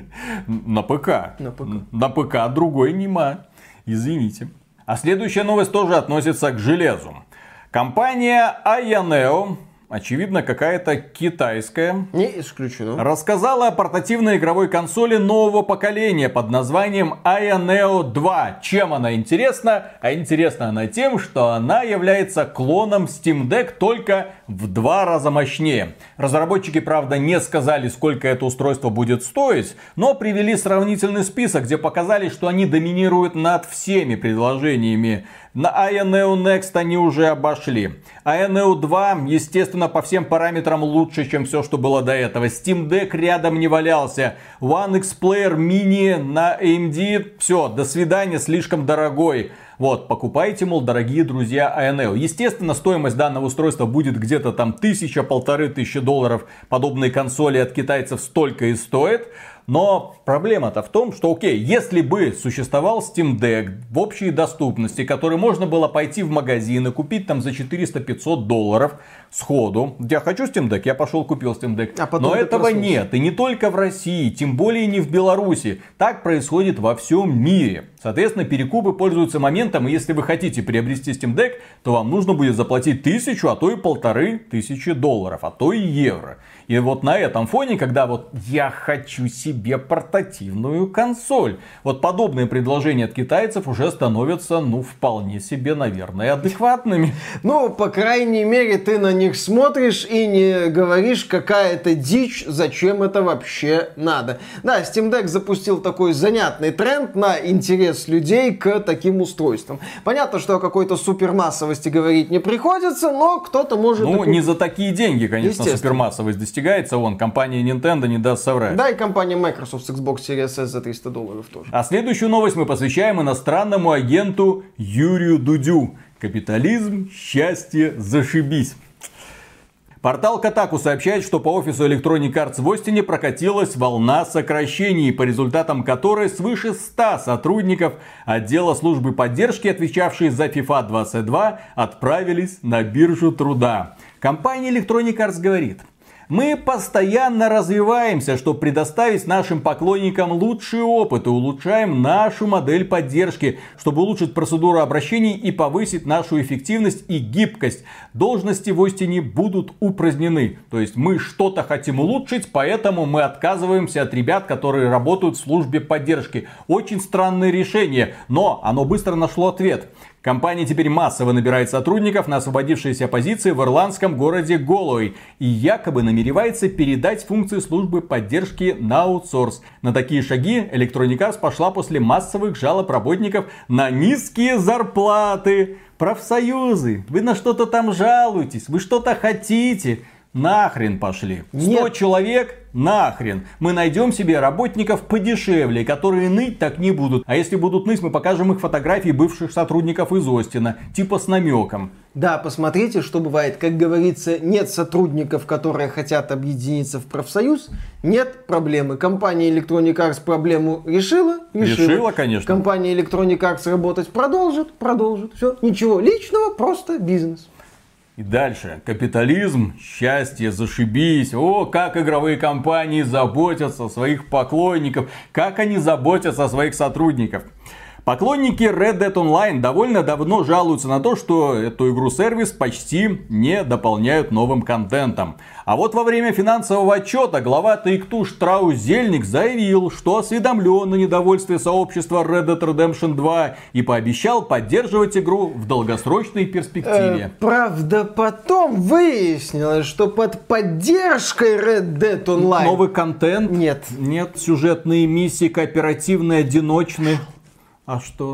На ПК.
На ПК.
На ПК другой нема. Извините. А следующая новость тоже относится к железу. Компания Ayaneo, очевидно, какая-то китайская,
не исключено,
рассказала о портативной игровой консоли нового поколения под названием Ayaneo два. Чем она интересна? А интересна она тем, что она является клоном Steam Deck, только в два раза мощнее. Разработчики, правда, не сказали, сколько это устройство будет стоить, но привели сравнительный список, где показали, что они доминируют над всеми предложениями. На Ayaneo Next они уже обошли. Ayaneo два, естественно, по всем параметрам лучше, чем все, что было до этого. Steam Deck рядом не валялся. One X Player Mini на эй эм ди. Все, до свидания, слишком дорогой. Вот, покупайте, мол, дорогие друзья, Ayaneo. Естественно, стоимость данного устройства будет где-то там тысяча, полторы тысячи долларов. Подобные консоли от китайцев столько и стоят. Но проблема-то в том, что, окей, если бы существовал Steam Deck в общей доступности, который можно было пойти в магазин и купить там за четыреста-пятьсот долларов сходу. Я хочу Steam Deck, я пошел купил Steam Deck.
А
но этого проснулся. Нет. И не только в России, тем более не в Беларуси. Так происходит во всем мире. Соответственно, перекупы пользуются моментом, и если вы хотите приобрести Steam Deck, то вам нужно будет заплатить тысячу, а то и полторы тысячи долларов, а то и евро. И вот на этом фоне, когда вот я хочу себе портативную консоль, вот подобные предложения от китайцев уже становятся, ну, вполне себе, наверное, адекватными.
Ну, по крайней мере, ты на них смотришь и не говоришь, какая это дичь, зачем это вообще надо. Да, Steam Deck запустил такой занятный тренд на интерес людей к таким устройствам. Понятно, что о какой-то супермассовости говорить не приходится, но кто-то может...
Ну,
такой...
не за такие деньги, конечно, супермассовость достигается. Вон, компания Nintendo не даст соврать.
Да, и компания Microsoft с Xbox Series S за триста долларов тоже.
А следующую новость мы посвящаем иностранному агенту Юрию Дудю. Капитализм, счастье, зашибись. Портал Kotaku сообщает, что по офису Electronic Arts в Остине прокатилась волна сокращений, по результатам которой свыше ста сотрудников отдела службы поддержки, отвечавшие за FIFA двадцать два, отправились на биржу труда. Компания Electronic Arts говорит: мы постоянно развиваемся, чтобы предоставить нашим поклонникам лучший опыт и улучшаем нашу модель поддержки, чтобы улучшить процедуру обращений и повысить нашу эффективность и гибкость. Должности в Остине будут упразднены. То есть мы что-то хотим улучшить, поэтому мы отказываемся от ребят, которые работают в службе поддержки. Очень странное решение, но оно быстро нашло ответ. Компания теперь массово набирает сотрудников на освободившиеся позиции в ирландском городе Галуэй и якобы намеревается передать функции службы поддержки на аутсорс. На такие шаги Electronic Arts пошла после массовых жалоб работников на низкие зарплаты. Профсоюзы, вы на что-то там жалуетесь, вы что-то хотите. Нахрен пошли. сто человек, нахрен. Мы найдем себе работников подешевле, которые ныть так не будут. А если будут ныть, мы покажем их фотографии бывших сотрудников из Остина. Типа с намеком.
Да, посмотрите, что бывает. Как говорится, нет сотрудников, которые хотят объединиться в профсоюз. Нет проблемы. Компания Electronic Arts проблему решила?
Решила, решила конечно.
Компания Electronic Arts работать продолжит? Продолжит. Все, ничего личного, просто бизнес.
И дальше. Капитализм, счастье, зашибись. О, как игровые компании заботятся о своих поклонников. Как они заботятся о своих сотрудниках. Поклонники Red Dead Online довольно давно жалуются на то, что эту игру-сервис почти не дополняют новым контентом. А вот во время финансового отчета глава Take-Two Штраус Зельник заявил, что осведомлен о недовольстве сообщества Red Dead Redemption два и пообещал поддерживать игру в долгосрочной перспективе.
Э, правда, потом выяснилось, что под поддержкой Red Dead Online...
Новый контент?
Нет.
Нет, сюжетные миссии, кооперативные, одиночные. А что?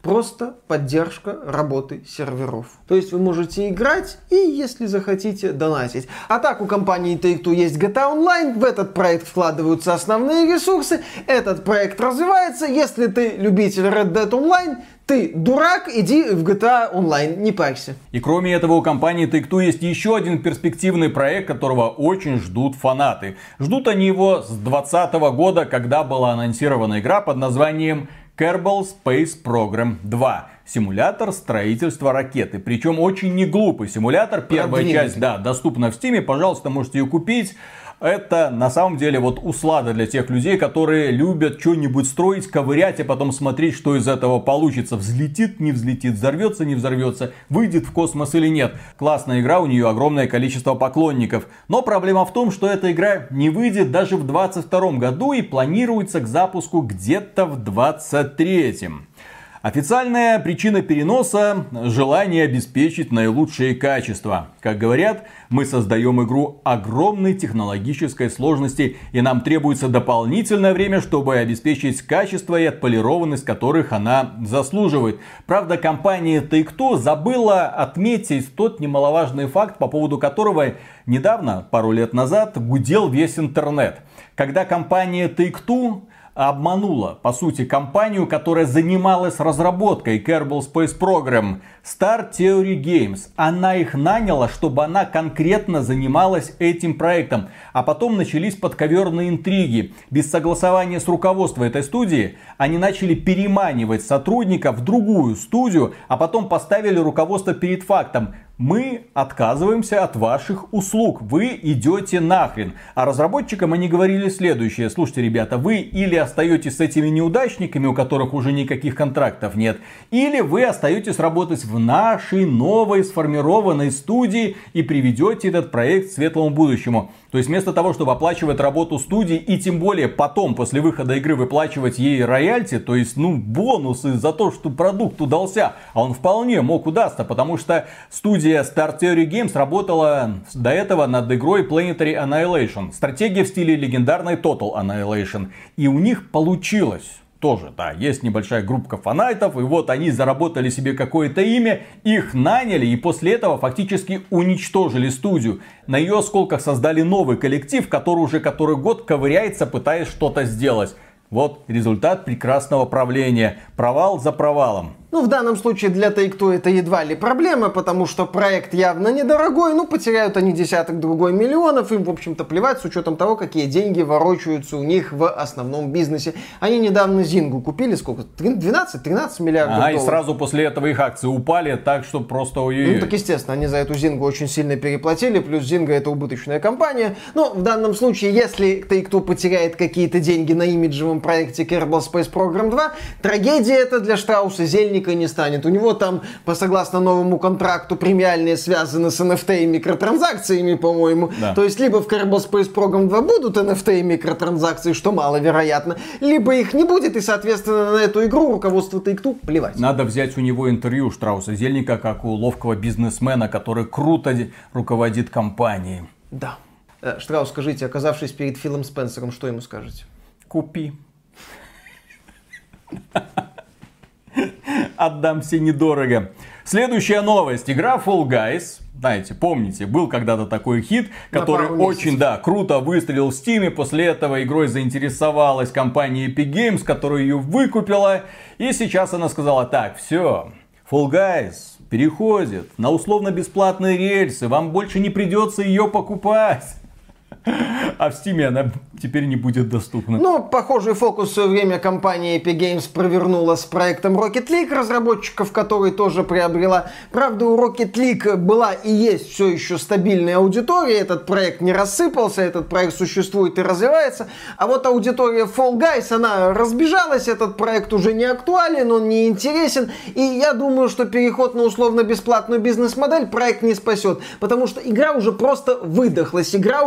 просто поддержка работы серверов. То есть вы можете играть и, если захотите, донатить. А так у компании Take-Two есть джи ти эй Online, в этот проект вкладываются основные ресурсы, этот проект развивается. Если ты любитель Red Dead Online, ты дурак, иди в джи ти эй Online, не парься.
И кроме этого у компании Take-Two есть еще один перспективный проект, которого очень ждут фанаты. Ждут они его с двадцатого года, когда была анонсирована игра под названием Kerbal Space Program два. Симулятор строительства ракеты. Причем очень не глупый симулятор. Первая часть, да, доступна в Steam. Пожалуйста, можете ее купить. Это на самом деле вот услада для тех людей, которые любят что-нибудь строить, ковырять, а потом смотреть, что из этого получится. Взлетит, не взлетит, взорвется, не взорвется, выйдет в космос или нет. Классная игра, у нее огромное количество поклонников. Но проблема в том, что эта игра не выйдет даже в двадцать втором году и планируется к запуску где-то в двадцать третьем. Официальная причина переноса – желание обеспечить наилучшие качества. Как говорят, мы создаем игру огромной технологической сложности, и нам требуется дополнительное время, чтобы обеспечить качество и отполированность, которых она заслуживает. Правда, компания Take-Two забыла отметить тот немаловажный факт, по поводу которого недавно, пару лет назад, гудел весь интернет. Когда компания Take-Two обманула, по сути, компанию, которая занималась разработкой Kerbal Space Program, Star Theory Games. Она их наняла, чтобы она конкретно занималась этим проектом. А потом начались подковерные интриги. Без согласования с руководством этой студии они начали переманивать сотрудников в другую студию, а потом поставили руководство перед фактом: мы отказываемся от ваших услуг, вы идете нахрен. А разработчикам они говорили следующее: слушайте, ребята, вы или остаетесь с этими неудачниками, у которых уже никаких контрактов нет, или вы остаетесь работать в нашей новой сформированной студии и приведете этот проект к светлому будущему. То есть вместо того, чтобы оплачивать работу студии и тем более потом, после выхода игры, выплачивать ей роялти, то есть, ну, бонусы за то, что продукт удался, а он вполне мог удастся, потому что студия Star Theory Games работала до этого над игрой Planetary Annihilation. Стратегия в стиле легендарной Total Annihilation. И у них получилось. Тоже, да, есть небольшая группа фанатов, и вот они заработали себе какое-то имя, их наняли, и после этого фактически уничтожили студию. На ее осколках создали новый коллектив, который уже который год ковыряется, пытаясь что-то сделать. Вот результат прекрасного правления. Провал за провалом.
Ну, в данном случае для Take-Two это едва ли проблема, потому что проект явно недорогой, ну, потеряют они десяток другой миллионов, им, в общем-то, плевать, с учетом того, какие деньги ворочаются у них в основном бизнесе. Они недавно Зингу купили, сколько? двенадцать-тринадцать миллиардов
ага,
долларов.
И сразу после этого их акции упали, так что просто ой-ой-ой.
Ну, так естественно, они за эту Зингу очень сильно переплатили, плюс Зинга это убыточная компания. Но в данном случае, если Take-Two потеряет какие-то деньги на имиджевом проекте Kerbal Space Program два, трагедия это для Штрауса Зельника не станет. У него там, по согласно новому контракту, премиальные связаны с эн эф ти и микротранзакциями, по-моему.
Да.
То есть, либо в Kerbal Space Program два будут эн эф ти и микротранзакции, что маловероятно, либо их не будет, и, соответственно, на эту игру руководство Take-Two плевать.
Надо взять у него интервью Штрауса Зельника, как у ловкого бизнесмена, который круто руководит компанией.
Да. Штраус, скажите, оказавшись перед Филом Спенсером, что ему скажете?
Купи. Отдамся недорого. Следующая новость. Игра Fall Guys. Знаете, помните, был когда-то такой хит, который очень, да, круто выстрелил в Steam. После этого игрой заинтересовалась компания Epic Games, которая ее выкупила. И сейчас она сказала: так, все, Fall Guys переходит на условно-бесплатные рельсы. Вам больше не придется ее покупать. А в Steam она теперь не будет доступна.
Ну, похожий фокус в свое время компания Epic Games провернула с проектом Rocket League, разработчиков который тоже приобрела. Правда, у Rocket League была и есть все еще стабильная аудитория, этот проект не рассыпался, этот проект существует и развивается. А вот аудитория Fall Guys, она разбежалась, этот проект уже не актуален, он не интересен. И я думаю, что переход на условно-бесплатную бизнес-модель проект не спасет, потому что игра уже просто выдохлась, игра уже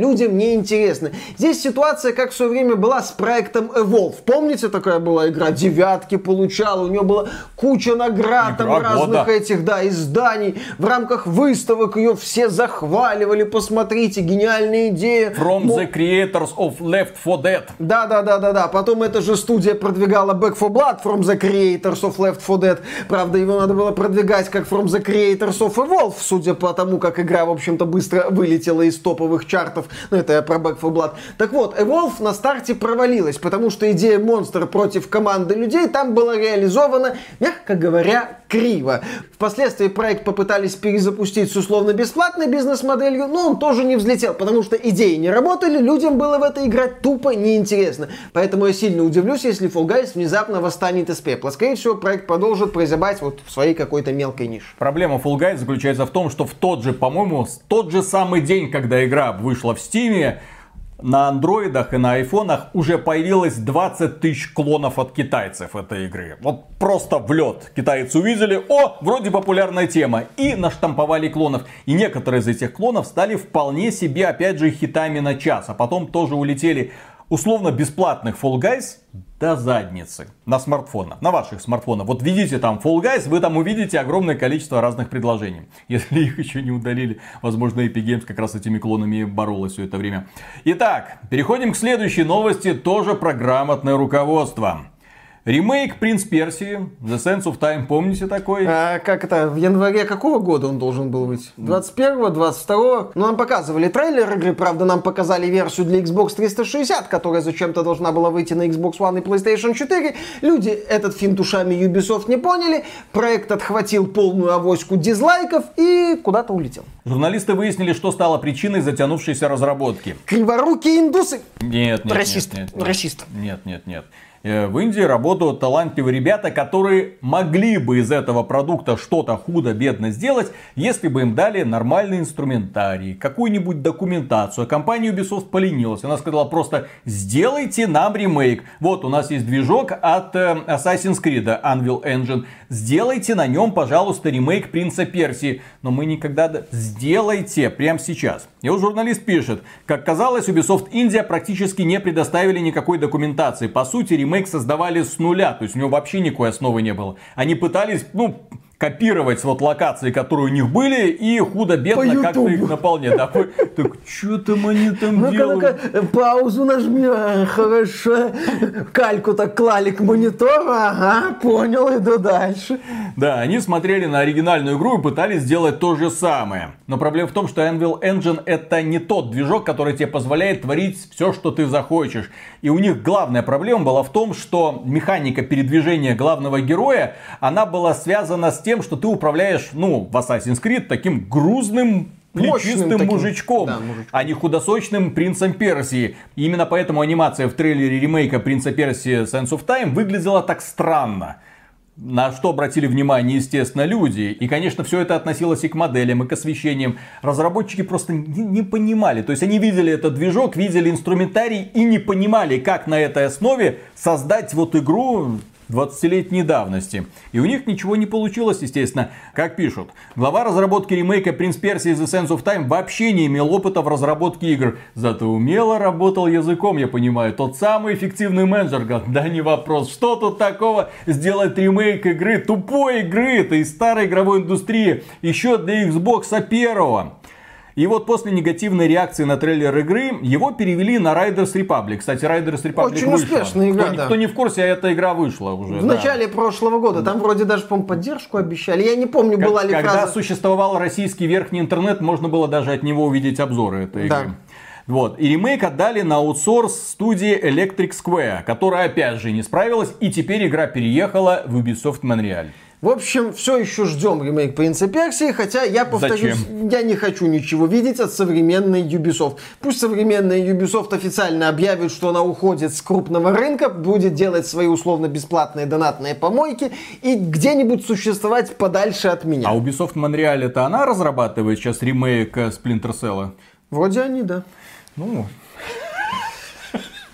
людям не интересны. Здесь ситуация, как в свое время была с проектом Evolve. Помните, такая была игра? Девятки получала, у нее была куча наград, там разных этих, да, изданий. В рамках выставок ее все захваливали. Посмотрите, гениальная идея.
From Но... the creators of Left four Dead.
Да-да-да-да-да. Потом эта же студия продвигала Back four Blood from the creators of Left four Dead. Правда, его надо было продвигать как From the creators of Evolve, судя по тому, как игра, в общем-то, быстро вылетела из топовых чартов. Ну, это я про Back four Blood. Так вот, Evolve на старте провалилась, потому что идея монстр против команды людей там была реализована, мягко говоря, криво. Впоследствии проект попытались перезапустить с условно-бесплатной бизнес-моделью, но он тоже не взлетел, потому что идеи не работали, людям было в это играть тупо неинтересно. Поэтому я сильно удивлюсь, если Fall Guys внезапно восстанет из пепла. Скорее всего, проект продолжит прозябать вот в своей какой-то мелкой нише.
Проблема Fall Guys заключается в том, что в тот же, по-моему, тот же самый день, когда игра вышла в Steam, на андроидах и на айфонах уже появилось двадцать тысяч клонов от китайцев этой игры. Вот просто в лед. Китайцы увидели, о, вроде популярная тема. И наштамповали клонов. И некоторые из этих клонов стали вполне себе, опять же, хитами на час. А потом тоже улетели условно бесплатных Fall Guys до задницы на смартфонах, на ваших смартфонах. Вот видите там Fall Guys, вы там увидите огромное количество разных предложений. Если их еще не удалили, возможно, Epic Games как раз с этими клонами боролась все это время. Итак, переходим к следующей новости, тоже про грамотное руководство. Ремейк «Принц Персии», The Sands of Time, помните такой?
А, как это, в январе какого года он должен был выйти? двадцать первого, двадцать второго? Ну, нам показывали трейлер игры, правда, нам показали версию для Xbox триста шестьдесят, которая зачем-то должна была выйти на Xbox One и PlayStation четыре. Люди этот фильм душами Ubisoft не поняли, проект отхватил полную авоську дизлайков и куда-то улетел.
Журналисты выяснили, что стало причиной затянувшейся разработки.
Криворукие индусы?
Нет, нет,
Расист.
нет, нет, нет.
Расист.
Нет, нет, нет. В Индии работают талантливые ребята, которые могли бы из этого продукта что-то худо-бедно сделать, если бы им дали нормальный инструментарий, какую-нибудь документацию. А компания Ubisoft поленилась. Она сказала просто: сделайте нам ремейк. Вот у нас есть движок от э, Assassin's Creed, Unreal Engine. Сделайте на нем, пожалуйста, ремейк Принца Персии. Но мы никогда... Сделайте прямо сейчас. И вот журналист пишет: как казалось, Ubisoft Индия практически не предоставили никакой документации. По сути, ремейк создавали с нуля, то есть у него вообще никакой основы не было. Они пытались, ну, копировать вот локации, которые у них были, и худо-бедно как-то их наполнять. Да, так что там они там ну делают?
Ну-ка, паузу нажми, а, хорошо. Кальку так клали к монитору, ага, понял, иду дальше.
Да, они смотрели на оригинальную игру и пытались сделать то же самое. Но проблема в том, что Unreal Engine это не тот движок, который тебе позволяет творить все, что ты захочешь. И у них главная проблема была в том, что механика передвижения главного героя, она была связана с тем, что ты управляешь, ну, в Assassin's Creed таким грузным, плечистым таким мужичком, да, мужичком, а не худосочным принцем Персии. И именно поэтому анимация в трейлере ремейка Принца Персии Sands of Time выглядела так странно. На что обратили внимание, естественно, люди. И, конечно, все это относилось и к моделям, и к освещениям. Разработчики просто не, не понимали. То есть они видели этот движок, видели инструментарий и не понимали, как на этой основе создать вот игру двадцатилетней давности. И у них ничего не получилось, естественно. Как пишут, глава разработки ремейка Принц Персии The Sands of Time вообще не имел опыта в разработке игр. Зато умело работал языком, я понимаю. Тот самый эффективный менеджер. Говорит, да не вопрос, что тут такого сделать ремейк игры, тупой игры, это из старой игровой индустрии, еще для Xbox первого. И вот после негативной реакции на трейлер игры, его перевели на Riders Republic. Кстати, Riders Republic
очень
вышла.
успешная игра,
кто,
да.
кто не в курсе, эта игра вышла уже.
В
да.
начале прошлого года. Там вроде даже, по-моему, поддержку обещали. Я не помню,
как,
была ли
когда
фраза...
Когда существовал российский верхний интернет, можно было даже от него увидеть обзоры этой
да.
игры. Вот. И ремейк отдали на аутсорс студии Electric Square, которая опять же не справилась, и теперь игра переехала в Ubisoft Montreal.
В общем, все еще ждем ремейк Принца Персии, хотя я повторюсь,
Зачем?
я не хочу ничего видеть от современной Ubisoft. Пусть современная Ubisoft официально объявит, что она уходит с крупного рынка, будет делать свои условно-бесплатные донатные помойки и где-нибудь существовать подальше от меня.
А Ubisoft Montreal это она разрабатывает сейчас ремейк Splinter Cell?
Вроде они, да.
Ну...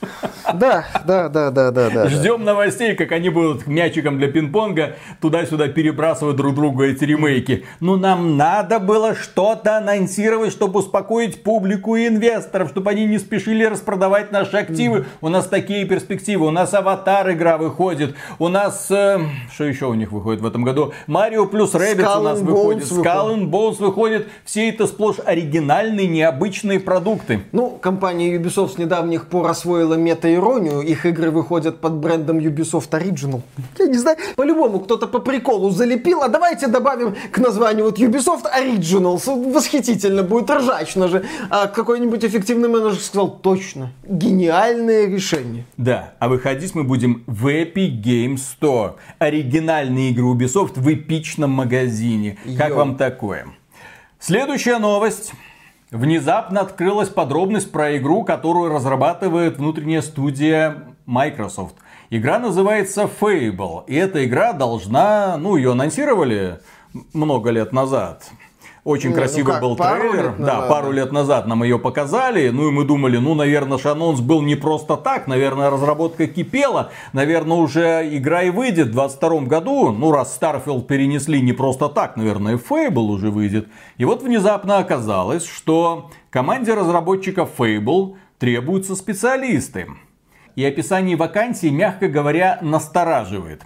Да, да, да, да, да, да.
Ждем новостей, как они будут мячиком для пинг-понга туда-сюда перебрасывать друг другу эти ремейки. Ну, нам надо было что-то анонсировать, чтобы успокоить публику и инвесторов, чтобы они не спешили распродавать наши активы. У нас такие перспективы. У нас Аватар игра выходит. У нас... Э, что еще у них выходит в этом году? Марио плюс Rabbids у нас выходит. Skull and Bones выходит. Все это сплошь оригинальные, необычные продукты.
Ну, компания Ubisoft с недавних пор освоила мета-иронию. Их игры выходят под брендом Ubisoft Original. Я не знаю, по-любому кто-то по приколу залепил, а давайте добавим к названию вот Ubisoft Originals. Восхитительно будет, ржачно же. А какой-нибудь эффективный менеджер сказал, точно, гениальное решение.
Да, а выходить мы будем в Epic Games Store. Оригинальные игры Ubisoft в эпичном магазине. Как
Йо.
вам такое? Следующая новость. Внезапно открылась подробность про игру, которую разрабатывает внутренняя студия Microsoft. Игра называется Fable. И эта игра должна... Ну, ее анонсировали много лет назад. Очень
Не,
красивый
ну как,
был
пару
трейлер.
лет
Да,
назад,
пару
да.
лет назад нам ее показали. Ну и мы думали, ну, наверное, анонс был не просто так. Наверное, разработка кипела. Наверное, уже игра и выйдет в двадцать втором году. Ну, раз Starfield перенесли не просто так, наверное, и Fable уже выйдет. И вот внезапно оказалось, что команде разработчиков Fable требуются специалисты. И описание вакансии, мягко говоря, настораживает.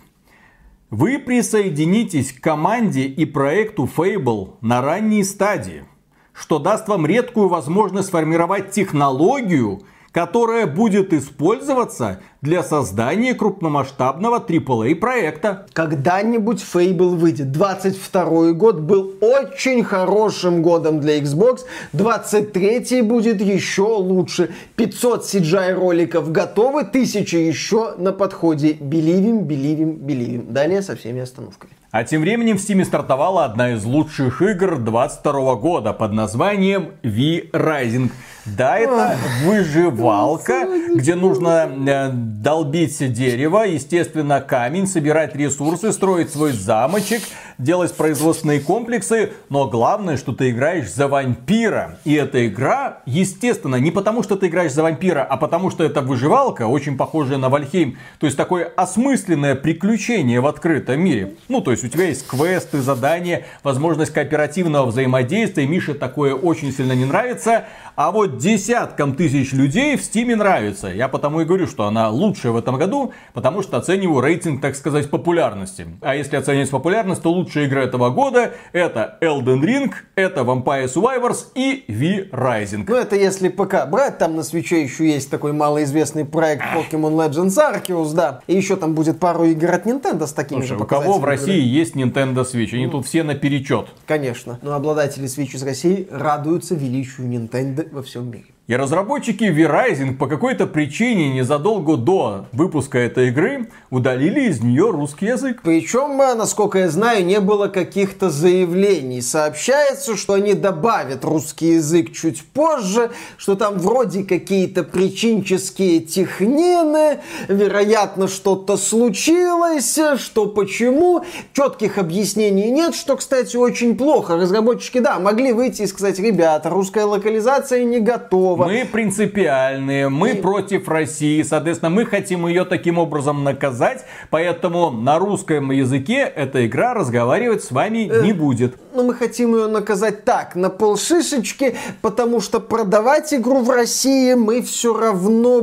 Вы присоединитесь к команде и проекту Fable на ранней стадии, что даст вам редкую возможность сформировать технологию, которая будет использоваться для создания крупномасштабного три эй проекта.
Когда-нибудь Fable выйдет. двадцать второй год был очень хорошим годом для Xbox. двадцать третий будет еще лучше. пятьсот си джи ай роликов готовы, тысяча еще на подходе. Беливим, беливим, беливим. Далее со всеми остановками.
А тем временем в Steam стартовала одна из лучших игр двадцать второго года под названием V-Rising. Да, это выживалка, где нужно э, долбить дерево, естественно, камень, собирать ресурсы, строить свой замочек, делать производственные комплексы. Но главное, что ты играешь за вампира. И эта игра, естественно, не потому, что ты играешь за вампира, а потому, что это выживалка, очень похожая на Вальхейм. То есть такое осмысленное приключение в открытом мире. Ну, то есть у тебя есть квесты, задания, возможность кооперативного взаимодействия. Мише такое очень сильно не нравится. А вот десяткам тысяч людей в Стиме нравится. Я потому и говорю, что она лучшая в этом году, потому что оцениваю рейтинг, так сказать, популярности. А если оценивать популярность, то лучшая игра этого года это Elden Ring, это Vampire Survivors и V-Rising.
Ну, это если ПК брать, там на свече еще есть такой малоизвестный проект Pokemon Legends Arceus, да. И еще там будет пару игр от Nintendo с такими
Слушай,
же
у кого в России есть Nintendo Switch? Они тут все наперечет.
Конечно. Но обладатели Switch из России радуются величию Nintendo во всем мире.
И разработчики V-Rising по какой-то причине незадолго до выпуска этой игры удалили из нее русский язык.
Причем, насколько я знаю, не было каких-то заявлений. Сообщается, что они добавят русский язык чуть позже, что там вроде какие-то причинческие технины, вероятно, что-то случилось, что почему. Четких объяснений нет, что, кстати, очень плохо. Разработчики, да, могли выйти и сказать, ребята, русская локализация не готова.
Мы принципиальные, мы
И...
против России, соответственно, мы хотим ее таким образом наказать, поэтому на русском языке эта игра разговаривать с вами
э,
не будет.
Но мы хотим ее наказать так, на полшишечки, потому что продавать игру в России мы все равно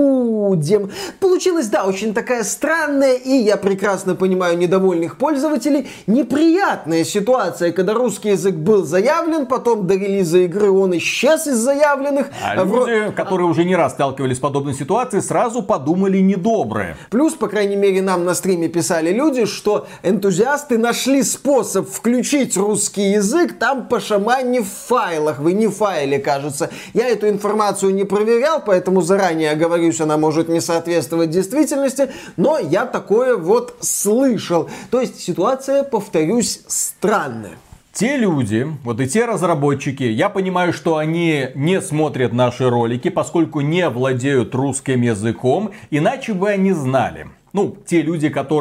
будем. Получилась, да, очень такая странная, и я прекрасно понимаю недовольных пользователей, неприятная ситуация, когда русский язык был заявлен, потом до релиза игры он исчез из заявленных.
А люди, которые уже не раз сталкивались с подобной ситуацией, сразу подумали недоброе.
Плюс, по крайней мере, нам на стриме писали люди, что энтузиасты нашли способ включить русский язык там по шамане в файлах, в не файле, кажется. Я эту информацию не проверял, поэтому заранее оговорюсь, она может не соответствовать действительности, но я такое вот слышал. То есть ситуация, повторюсь, странная.
Те люди, вот и те разработчики, я понимаю, что они не смотрят наши ролики, поскольку не владеют русским языком, иначе бы они знали. Ну, те люди, которые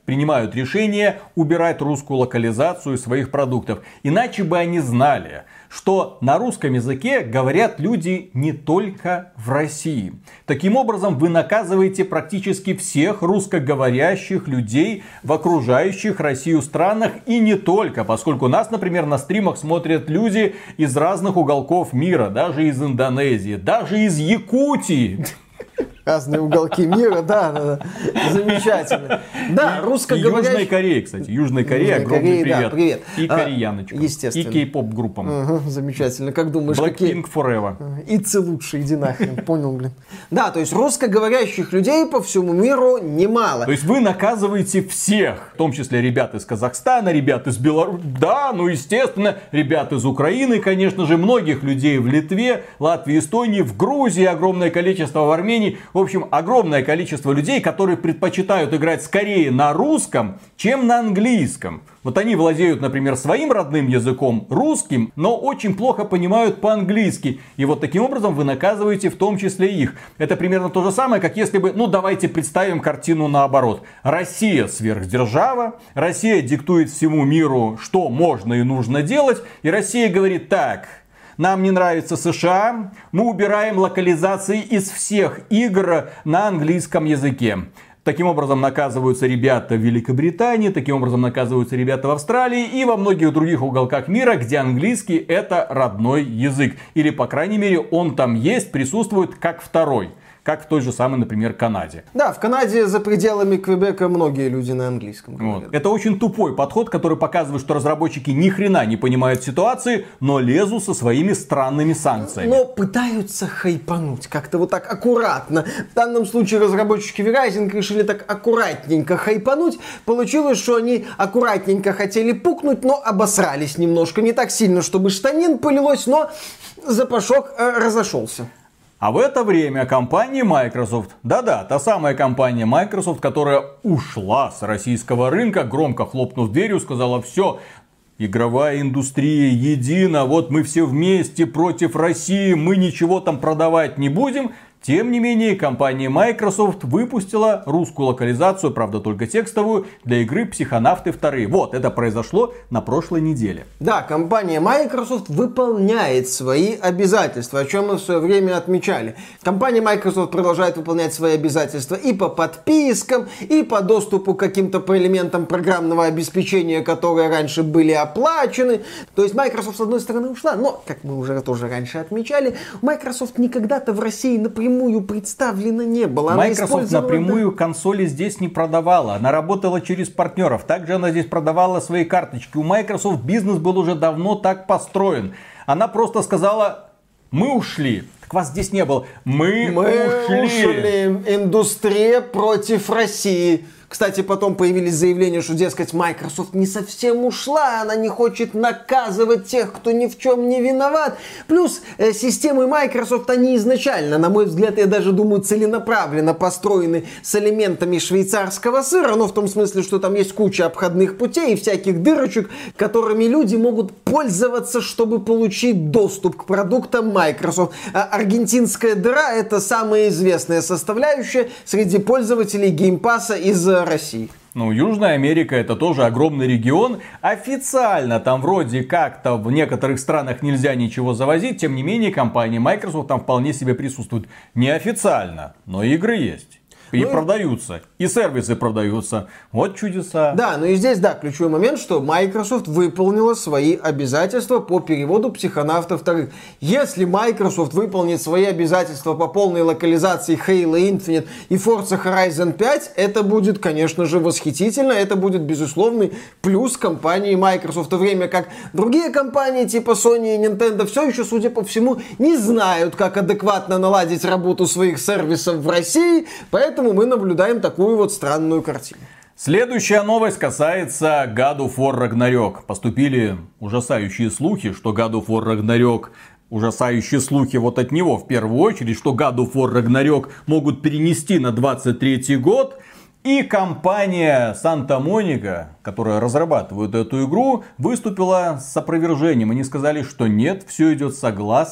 принимают решение убирать русскую локализацию своих продуктов. Иначе бы они знали, что на русском языке говорят люди не только в России. Таким образом, вы наказываете практически всех русскоговорящих людей в окружающих Россию странах и не только, поскольку нас, например, на стримах смотрят люди из разных уголков мира, даже из Индонезии, даже из Якутии.
Разные уголки мира, да, да, да. Замечательно. Да, русскоговорящие...
Южной Корее, кстати. Южной Корее
Южной
огромный
Корее,
привет.
да, привет.
И
А,
кореяночкам.
естественно.
И кей-поп группам.
Угу, замечательно. Как думаешь,
Blackpink
какие...
Forever.
Ицы лучше, иди нахрен. Понял, блин. Да, то есть русскоговорящих людей по всему миру немало.
То есть вы наказываете всех, в том числе ребят из Казахстана, ребят из Беларуси, да, ну естественно, ребят из Украины, конечно же, многих людей в Литве, Латвии, Эстонии, в Грузии огромное количество, в Армении. В общем, огромное количество людей, которые предпочитают играть скорее на русском, чем на английском. Вот они владеют, например, своим родным языком, русским, но очень плохо понимают по-английски. И вот таким образом вы наказываете в том числе их. Это примерно то же самое, как если бы, ну давайте представим картину наоборот. Россия сверхдержава, Россия диктует всему миру, что можно и нужно делать. И Россия говорит: так, нам не нравится США, мы убираем локализации из всех игр на английском языке. Таким образом наказываются ребята в Великобритании, таким образом наказываются ребята в Австралии и во многих других уголках мира, где английский это родной язык. Или, по крайней мере, он там есть, присутствует как второй. Как в той же самой, например, Канаде.
Да, в Канаде за пределами Квебека многие люди на английском говорят.
Вот. Это очень тупой подход, который показывает, что разработчики ни хрена не понимают ситуации, но лезут со своими странными санкциями.
Но пытаются хайпануть как-то вот так аккуратно. В данном случае разработчики V-Rising решили так аккуратненько хайпануть. Получилось, что они аккуратненько хотели пукнуть, но обосрались немножко. Не так сильно, чтобы штанин пылилось, но запашок э, разошелся.
А в это время компания Microsoft, да-да, та самая компания Microsoft, которая ушла с российского рынка, громко хлопнув дверью, сказала: все, игровая индустрия едина, вот мы все вместе против России, мы ничего там продавать не будем. Тем не менее, компания Microsoft выпустила русскую локализацию, правда только текстовую, для игры «Психонавты два». Вот, это произошло на прошлой неделе.
Да, компания Microsoft выполняет свои обязательства, о чем мы в свое время отмечали. Компания Microsoft продолжает выполнять свои обязательства и по подпискам, и по доступу к каким-то по элементам программного обеспечения, которые раньше были оплачены. То есть Microsoft с одной стороны ушла, но, как мы уже тоже раньше отмечали, Microsoft никогда-то в России напрямую представлена не было. Она
Microsoft напрямую консоли здесь не продавала. Она работала через партнеров. Также она здесь продавала свои карточки. У Microsoft бизнес был уже давно так построен. Она просто сказала: мы ушли. Так вас здесь не было. Мы,
Мы
ушли.
ушли. Индустрия против России. Кстати, потом появились заявления, что, дескать, Microsoft не совсем ушла, она не хочет наказывать тех, кто ни в чем не виноват. Плюс э, системы Microsoft, они изначально, на мой взгляд, я даже думаю, целенаправленно построены с элементами швейцарского сыра, но в том смысле, что там есть куча обходных путей и всяких дырочек, которыми люди могут пользоваться, чтобы получить доступ к продуктам Microsoft. А аргентинская дыра — это самая известная составляющая среди пользователей геймпасса из России.
Ну, Южная Америка это тоже огромный регион. Официально там вроде как-то в некоторых странах нельзя ничего завозить. Тем не менее, компания Microsoft там вполне себе присутствует. Неофициально, но игры есть. И ну, продаются, и сервисы продаются. Вот чудеса.
Да, ну и здесь, да, ключевой момент, что Microsoft выполнила свои обязательства по переводу «Психонавтов два». Если Microsoft выполнит свои обязательства по полной локализации Halo Infinite и Forza Horizon пять, это будет, конечно же, восхитительно. Это будет безусловный плюс компании Microsoft. В то время как другие компании типа Sony и Nintendo все еще, судя по всему, не знают, как адекватно наладить работу своих сервисов в России. Поэтому мы наблюдаем такую вот странную картину.
Следующая новость касается God of War Ragnarok. Поступили ужасающие слухи, что God of War Ragnarok, ужасающие слухи вот от него в первую очередь, что God of War Ragnarok могут перенести на двадцать третий год. И компания Santa Monica, которая разрабатывает эту игру, выступила с опровержением. Они сказали, что нет, все идет согласно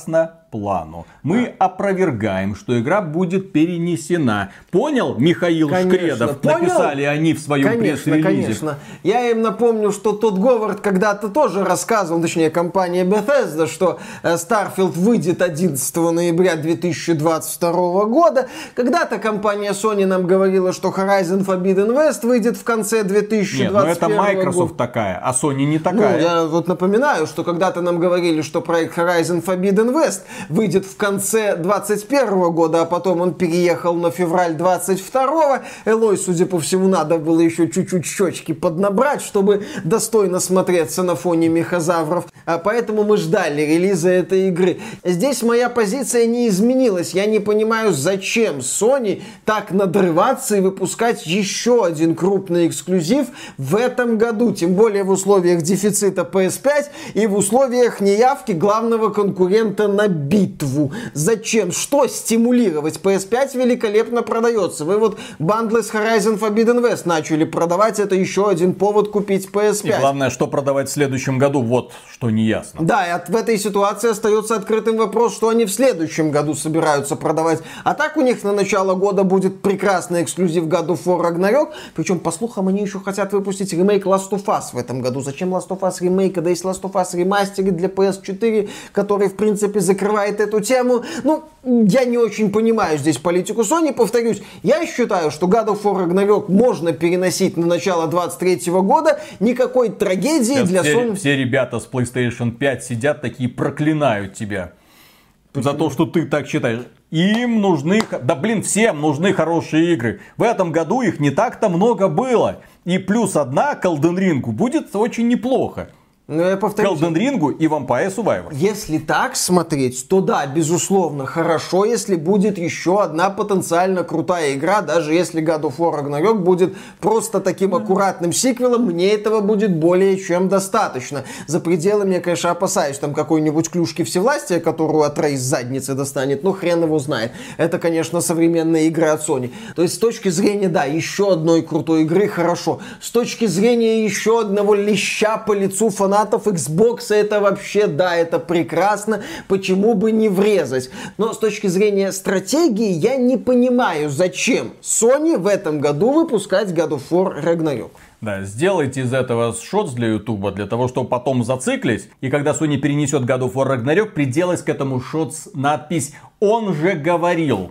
плану. Мы а. опровергаем, что игра будет перенесена. Понял, Михаил конечно, Шкредов? Понял? Написали они в своем
конечно,
пресс-релизе.
Конечно, Я им напомню, что тот Говард когда-то тоже рассказывал, точнее, компания Bethesda, что Starfield выйдет одиннадцатого ноября две тысячи двадцать второго года. Когда-то компания Sony нам говорила, что Horizon Forbidden West выйдет в конце две тысячи двадцать первого года.
Нет, ну это Microsoft такая, а Sony не такая.
Ну, я вот напоминаю, что когда-то нам говорили, что проект Horizon Forbidden West выйдет в конце двадцать первого года, а потом он переехал на февраль двадцать второго. Элой, судя по всему, надо было еще чуть-чуть щечки поднабрать, чтобы достойно смотреться на фоне мехозавров. А поэтому мы ждали релиза этой игры. Здесь моя позиция не изменилась. Я не понимаю, зачем Sony так надрываться и выпускать еще один крупный эксклюзив в этом году. Тем более в условиях дефицита пи эс пять и в условиях неявки главного конкурента на битву. Зачем? Что стимулировать? пи эс пять великолепно продается. Вы вот бандлы с Horizon Forbidden West начали продавать. Это еще один повод купить пи эс пять.
И главное, что продавать в следующем году, вот что не ясно.
Да, и от, в этой ситуации остается открытым вопрос, что они в следующем году собираются продавать. А так у них на начало года будет прекрасный эксклюзив God of War Ragnarok. Причем, по слухам, они еще хотят выпустить ремейк Last of Us в этом году. Зачем Last of Us ремейк, когда есть Last of Us ремастеры для пи эс четыре, который, в принципе, закрывает эту тему? Ну, я не очень понимаю здесь политику Sony. Повторюсь, я считаю, что God of War Ragnarok можно переносить на начало двадцать третьего года. Никакой трагедии
Сейчас
для
все,
Sony.
Все ребята с PlayStation пять сидят такие, проклинают тебя. Почему? За то, что ты так считаешь. Им нужны... Да блин, всем нужны хорошие игры. В этом году их не так-то много было. И плюс одна к Elden Ring будет очень неплохо.
Но я повторюсь,
к Elden Ring и Vampire Survivors.
Если так смотреть, то да, безусловно, хорошо, если будет еще одна потенциально крутая игра, даже если God of War Ragnarok будет просто таким аккуратным сиквелом, мне этого будет более чем достаточно. За пределами я, конечно, опасаюсь там какой-нибудь клюшки всевластия, которую от Рэй с задницы достанет, ну хрен его знает. Это, конечно, современные игры от Sony. То есть с точки зрения, да, еще одной крутой игры хорошо. С точки зрения еще одного леща по лицу фанатов Xbox, это вообще, да, это прекрасно, почему бы не врезать. Но с точки зрения стратегии я не понимаю, зачем Sony в этом году выпускать God of War Ragnarok.
Да, сделайте из этого шотс для Ютуба, для того, чтобы потом зациклить. И когда Sony перенесет God of War Ragnarok, приделать к этому шотс надпись «Он же говорил».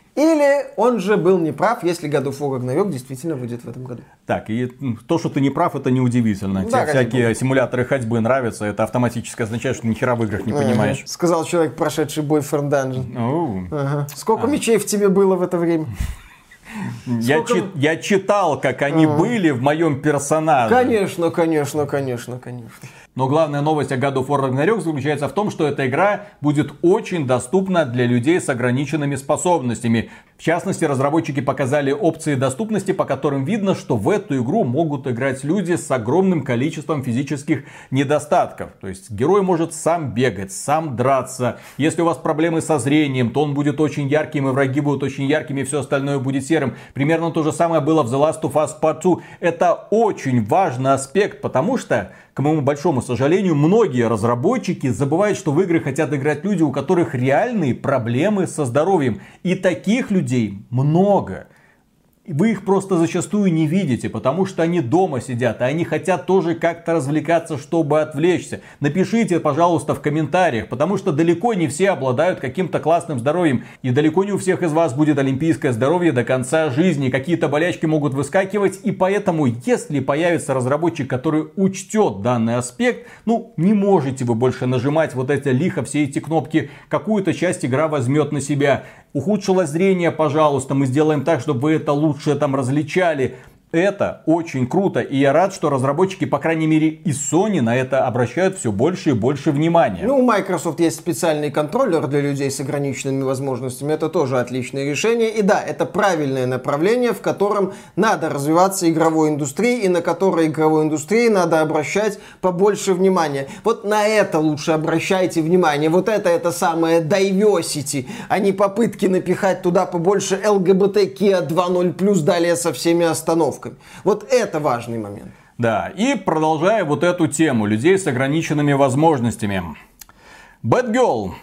Или он же был неправ, если God of War Ragnarok действительно выйдет в этом году.
Так, и то, что ты не прав, это неудивительно.
Да,
тебе всякие было. Симуляторы ходьбы нравятся, это автоматически означает, что ни хера в играх не
ага.
понимаешь.
Сказал человек, прошедший Boyfriend Dungeon. Ага. Сколько
а.
мечей в тебе было в это время?
Я,
Сколько...
чи- я читал, как они ага. были в моем персонаже.
Конечно, конечно, конечно, конечно.
Но главная новость о God of War Ragnarok заключается в том, что эта игра будет очень доступна для людей с ограниченными способностями. В частности, разработчики показали опции доступности, по которым видно, что в эту игру могут играть люди с огромным количеством физических недостатков. То есть герой может сам бегать, сам драться. Если у вас проблемы со зрением, то он будет очень ярким, и враги будут очень яркими, и все остальное будет серым. Примерно то же самое было в The Last of Us Part два. Это очень важный аспект, потому что, к моему большому сожалению, многие разработчики забывают, что в игры хотят играть люди, у которых реальные проблемы со здоровьем. И таких людей много. Вы их просто зачастую не видите, потому что они дома сидят, и они хотят тоже как-то развлекаться, чтобы отвлечься. Напишите, пожалуйста, в комментариях, потому что далеко не все обладают каким-то классным здоровьем, и далеко не у всех из вас будет олимпийское здоровье до конца жизни. Какие-то болячки могут выскакивать, и поэтому, если появится разработчик, который учтет данный аспект, ну, не можете вы больше нажимать вот эти лихо все эти кнопки. Какую-то часть игра возьмет на себя. Ухудшилось зрение, пожалуйста, мы сделаем так, чтобы вы это лучше там различали. Это очень круто, и я рад, что разработчики, по крайней мере, и Sony на это обращают все больше и больше внимания.
Ну, у Microsoft есть специальный контроллер для людей с ограниченными возможностями, это тоже отличное решение. И да, это правильное направление, в котором надо развиваться игровой индустрии, и на которой игровой индустрии надо обращать побольше внимания. Вот на это лучше обращайте внимание. Вот это, это самое diversity, а не попытки напихать туда побольше эл гэ бэ тэ кью два ноль плюс, далее со всеми остановками. Вот это важный момент.
Да, и продолжая вот эту тему людей с ограниченными возможностями. Bad Girl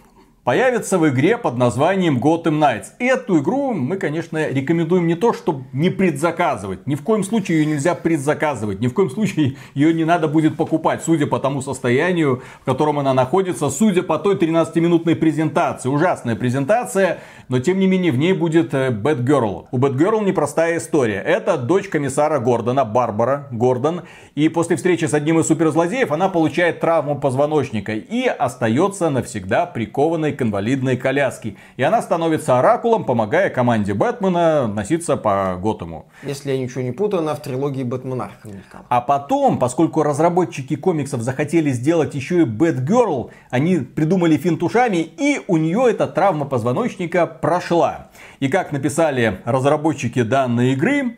появится в игре под названием Gotham Knights. Эту игру мы, конечно, рекомендуем не то, чтобы не предзаказывать. Ни в коем случае ее нельзя предзаказывать. Ни в коем случае ее не надо будет покупать. Судя по тому состоянию, в котором она находится. Судя по той тринадцатиминутной презентации. Ужасная презентация. Но, тем не менее, в ней будет Бэтгерл. У Бэтгерл непростая история. Это дочь комиссара Гордона, Барбара Гордон. И после встречи с одним из суперзлодеев она получает травму позвоночника. И остается навсегда прикованной к инвалидной коляске. И она становится оракулом, помогая команде Бэтмена носиться по Готэму.
Если я ничего не путаю, она в трилогии Бэтмен Арkham.
А потом, поскольку разработчики комиксов захотели сделать еще и Бэтгерл, они придумали финт ушами, и у нее эта травма позвоночника прошла. И как написали разработчики данной игры,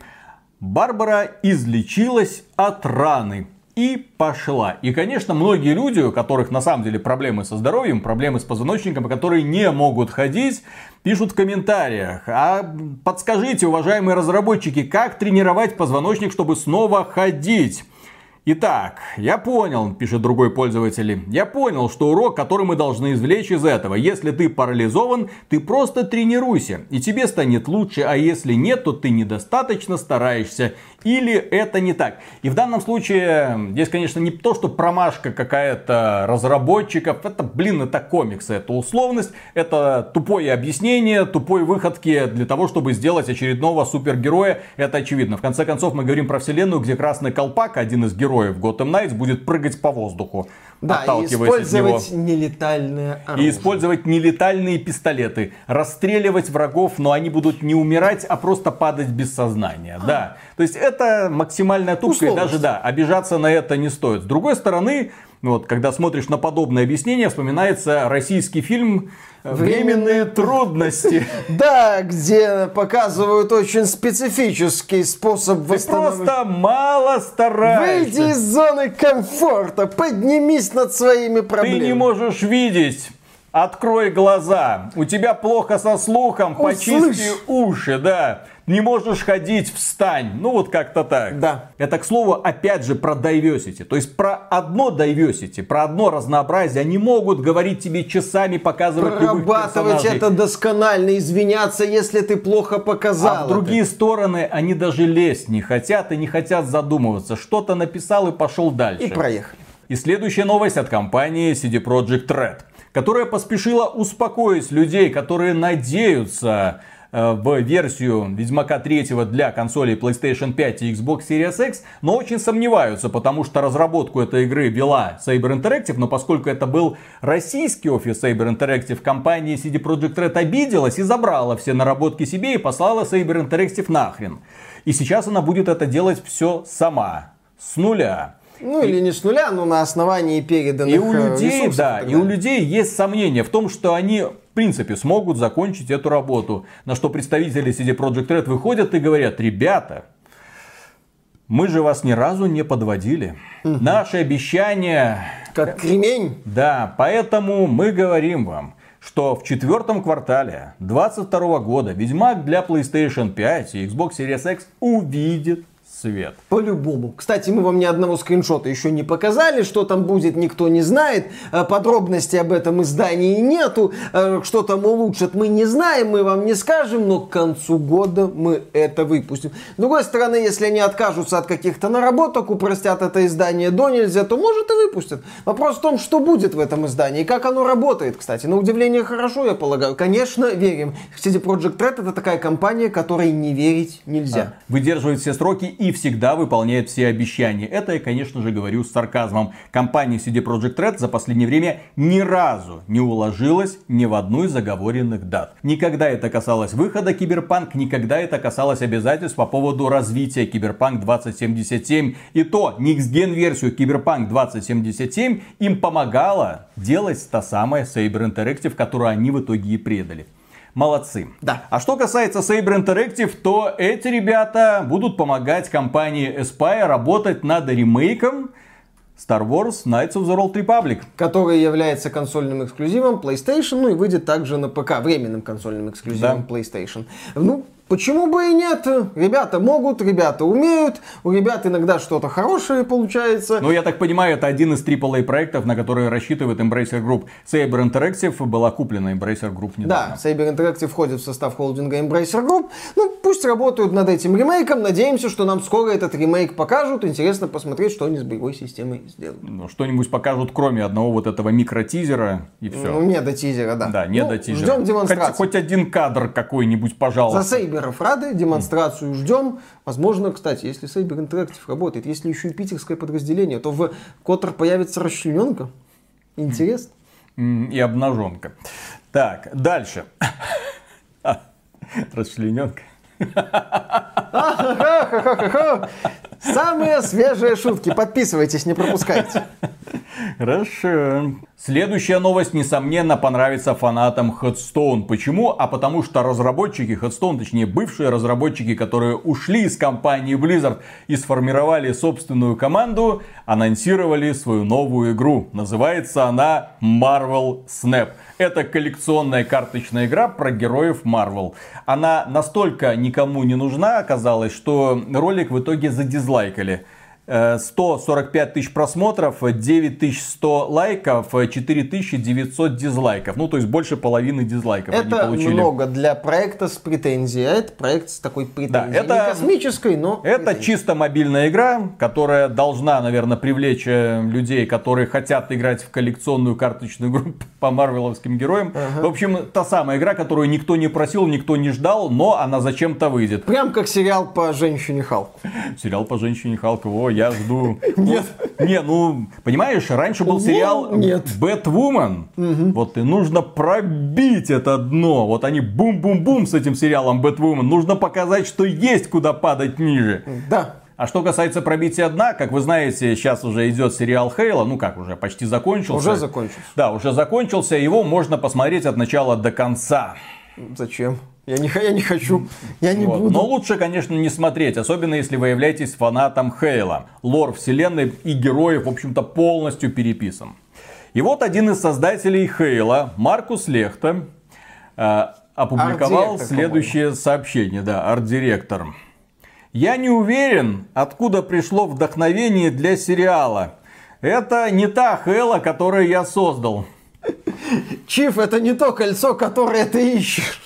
Барбара излечилась от раны. И пошла. И, конечно, многие люди, у которых на самом деле проблемы со здоровьем, проблемы с позвоночником, которые не могут ходить, пишут в комментариях: а подскажите, уважаемые разработчики, как тренировать позвоночник, чтобы снова ходить? Итак, я понял, пишет другой пользователь, я понял, что урок, который мы должны извлечь из этого: если ты парализован, ты просто тренируйся, и тебе станет лучше, а если нет, то ты недостаточно стараешься, или это не так. И в данном случае, здесь, конечно, не то, что промашка какая-то разработчиков, это, блин, это комиксы, это условность, это тупое объяснение, тупой выходки для того, чтобы сделать очередного супергероя, это очевидно. В конце концов, мы говорим про вселенную, где Красный Колпак, один из героев Gotham Knights, будет прыгать по воздуху,
да,
отталкиваясь от него.
И использовать нелетальное оружие.
И использовать нелетальные пистолеты. Расстреливать врагов, но они будут не умирать, а просто падать без сознания. А. Да. То есть это максимальная тупка, и даже, да, обижаться на это не стоит. С другой стороны, вот, когда смотришь на подобное объяснение, вспоминается российский фильм «Временные трудности».
Да, где показывают очень специфический способ восстановления.
Ты просто мало стараешься.
Выйди из зоны комфорта, поднимись над своими проблемами.
Ты не можешь видеть. Открой глаза. У тебя плохо со слухом, почисти уши, да. Не можешь ходить, встань. Ну вот как-то так.
Да.
Это, к слову, опять же про diversity. То есть про одно diversity, про одно разнообразие. Они могут говорить тебе часами, показывать любых персонажей.
Прорабатывать это досконально, извиняться, если ты плохо показал.
А в другие
это.
стороны они даже лезть не хотят и не хотят задумываться. Что-то написал и пошел дальше.
И проехали.
И следующая новость от компании си ди Projekt Red, которая поспешила успокоить людей, которые надеются в версию Ведьмака третьего для консолей PlayStation пять и Xbox Series X, но очень сомневаются, потому что разработку этой игры вела Saber Interactive, но поскольку это был российский офис Saber Interactive, компания си ди Projekt Red обиделась и забрала все наработки себе и послала Saber Interactive нахрен. И сейчас она будет это делать все сама, с нуля.
Ну, или не с нуля, но на основании переданных
и у людей,
ресурсов.
Да, и у людей есть сомнения в том, что они, в принципе, смогут закончить эту работу. На что представители си ди Projekt Red выходят и говорят: ребята, мы же вас ни разу не подводили. Угу. Наши обещания...
Как кремень.
Да, поэтому мы говорим вам, что в четвертом квартале двадцать второго года Ведьмак для PlayStation пять и Xbox Series X увидит свет.
По-любому. Кстати, мы вам ни одного скриншота еще не показали. Что там будет, никто не знает. Подробностей об этом издании нету. Что там улучшат, мы не знаем, мы вам не скажем. Но к концу года мы это выпустим. С другой стороны, если они откажутся от каких-то наработок, упростят это издание до нельзя, то может и выпустят. Вопрос в том, что будет в этом издании. Как оно работает, кстати. На удивление хорошо, я полагаю. Конечно, верим. си ди Projekt Red — это такая компания, которой не верить нельзя.
А, выдерживает все сроки и всегда выполняет все обещания. Это я, конечно же, говорю с сарказмом. Компания си ди Projekt Red за последнее время ни разу не уложилась ни в одну из заговоренных дат. Никогда это касалось выхода Киберпанк, никогда это касалось обязательств по поводу развития Киберпанк двадцать семьдесят семь. И то Next Gen версию Киберпанк двадцать семьдесят семь им помогала делать та самая Saber Interactive, которую они в итоге и предали. Молодцы.
Да.
А что касается Saber Interactive, то эти ребята будут помогать компании Aspyr работать над ремейком Star Wars Knights of the Old Republic,
который является консольным эксклюзивом PlayStation, ну и выйдет также на ПК, временным консольным эксклюзивом, да, PlayStation. Ну, Почему бы и нет? Ребята могут, ребята умеют, у ребят иногда что-то хорошее получается.
Ну, я так понимаю, это один из трипл эй проектов, на которые рассчитывает Embracer Group. Saber Interactive была куплена Embracer Group недавно.
Да, Saber Interactive входит в состав холдинга Embracer Group. Ну, пусть работают над этим ремейком. Надеемся, что нам скоро этот ремейк покажут. Интересно посмотреть, что они с боевой системой сделают.
Ну, что-нибудь покажут, кроме одного вот этого микротизера, и все.
Ну, не до тизера, да.
Да, не
ну,
до тизера.
Ждем демонстрацию.
Хоть, хоть один кадр какой-нибудь, пожалуйста.
За Сейберов рады, демонстрацию ждем. Возможно, кстати, если Saber Interactive работает, если еще и питерское подразделение, то в Котор появится расчлененка. Интересно.
И обнаженка. Так, дальше. Расчлененка.
Самые свежие шутки. Подписывайтесь, не пропускайте.
Хорошо. Следующая новость, несомненно, понравится фанатам Headstone. Почему? А потому что разработчики Headstone, точнее бывшие разработчики, которые ушли из компании Blizzard и сформировали собственную команду, анонсировали свою новую игру. Называется она Marvel Snap. Это коллекционная карточная игра про героев Marvel. Она настолько никому не нужна оказалась, что ролик в итоге задизлайкали. сто сорок пять тысяч просмотров, девять тысяч сто лайков, четыре тысячи девятьсот дизлайков. Ну, то есть больше половины дизлайков
это
они получили.
Это много для проекта с претензией, а это проект с такой претензией.
Да, это,
не космической, но
это
претензией.
чисто мобильная игра, которая должна, наверное, привлечь людей, которые хотят играть в коллекционную карточную игру по марвеловским героям.
Ага.
В общем, та самая игра, которую никто не просил, никто не ждал, но она зачем-то выйдет.
Прям как сериал по Женщине Халку.
Сериал по Женщине Халку, о, я жду.
Нет.
Не, ну, понимаешь, раньше был сериал
Нет.
Бэтвумен. Угу. Вот и нужно пробить это дно. Вот они бум-бум-бум с этим сериалом Бэтвумен. Нужно показать, что есть куда падать ниже.
Да.
А что касается пробития дна, как вы знаете, сейчас уже идет сериал Хейла. Ну как, уже почти закончился.
Уже закончился.
Да, уже закончился. Его можно посмотреть от начала до конца.
Зачем? Я не, я не хочу, я не
вот.
буду.
Но лучше, конечно, не смотреть, особенно если вы являетесь фанатом Хейла. Лор вселенной и героев, в общем-то, полностью переписан. И вот один из создателей Хейла, Маркус Лехта, э, опубликовал следующее по-моему. сообщение. Да, арт-директор. Я не уверен, откуда пришло вдохновение для сериала. Это не та Хейла, которую я создал.
Чиф, это не то кольцо, которое ты ищешь.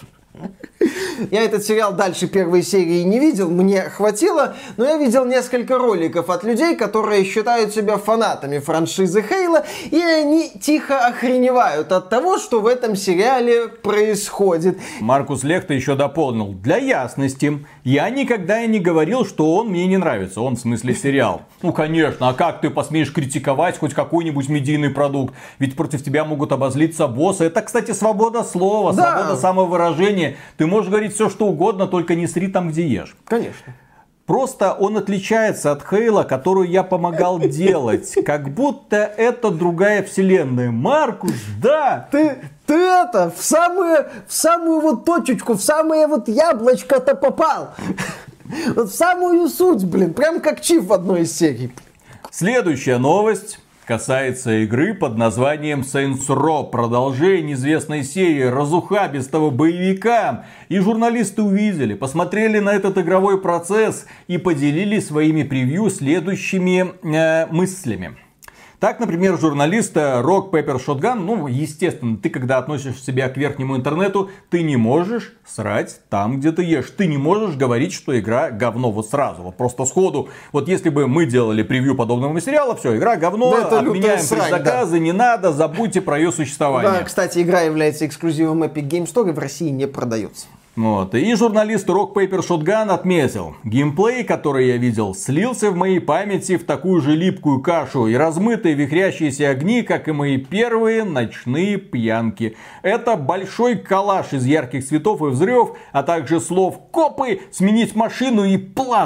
Я этот сериал дальше первой серии не видел, мне хватило, но я видел несколько роликов от людей, которые считают себя фанатами франшизы Хейла, и они тихо охреневают от того, что в этом сериале происходит.
Маркус Лехта еще дополнил. Для ясности, я никогда и не говорил, что он мне не нравится, он в смысле сериал. Ну конечно, а как ты посмеешь критиковать хоть какой-нибудь медийный продукт? Ведь против тебя могут обозлиться боссы. Это, кстати, свобода слова,
да.
свобода самовыражения. Ты можешь говорить все, что угодно, только не сри там, где ешь.
Конечно.
Просто он отличается от Хейла, которую я помогал делать. Как будто это другая вселенная. Маркус, да!
Ты, ты это, в самую, в самую вот точечку, в самое вот яблочко-то попал. Вот в самую суть, блин. Прям как Чиф в одной из серий.
Следующая новость касается игры под названием Saints Row. Продолжение известной серии, разухабистого боевика. И журналисты увидели, посмотрели на этот игровой процесс и поделились своими превью следующими э, мыслями. Так, например, журналист Rock Paper Shotgun, ну, естественно, ты когда относишь себя к верхнему интернету, ты не можешь срать там, где ты ешь. Ты не можешь говорить, что игра говно вот сразу, вот просто сходу. Вот если бы мы делали превью подобного материала, все, игра говно, да, отменяем предзаказы, да. Не надо, забудьте про ее существование.
Да, кстати, игра является эксклюзивом Epic Games Store и в России не продается.
Вот. И журналист Rock Paper Shotgun отметил: геймплей, который я видел, слился в моей памяти в такую же липкую кашу и размытые вихрящиеся огни, как и мои первые ночные пьянки. Это большой коллаж из ярких цветов и взрывов, а также слов «копы», «сменить машину» и «план».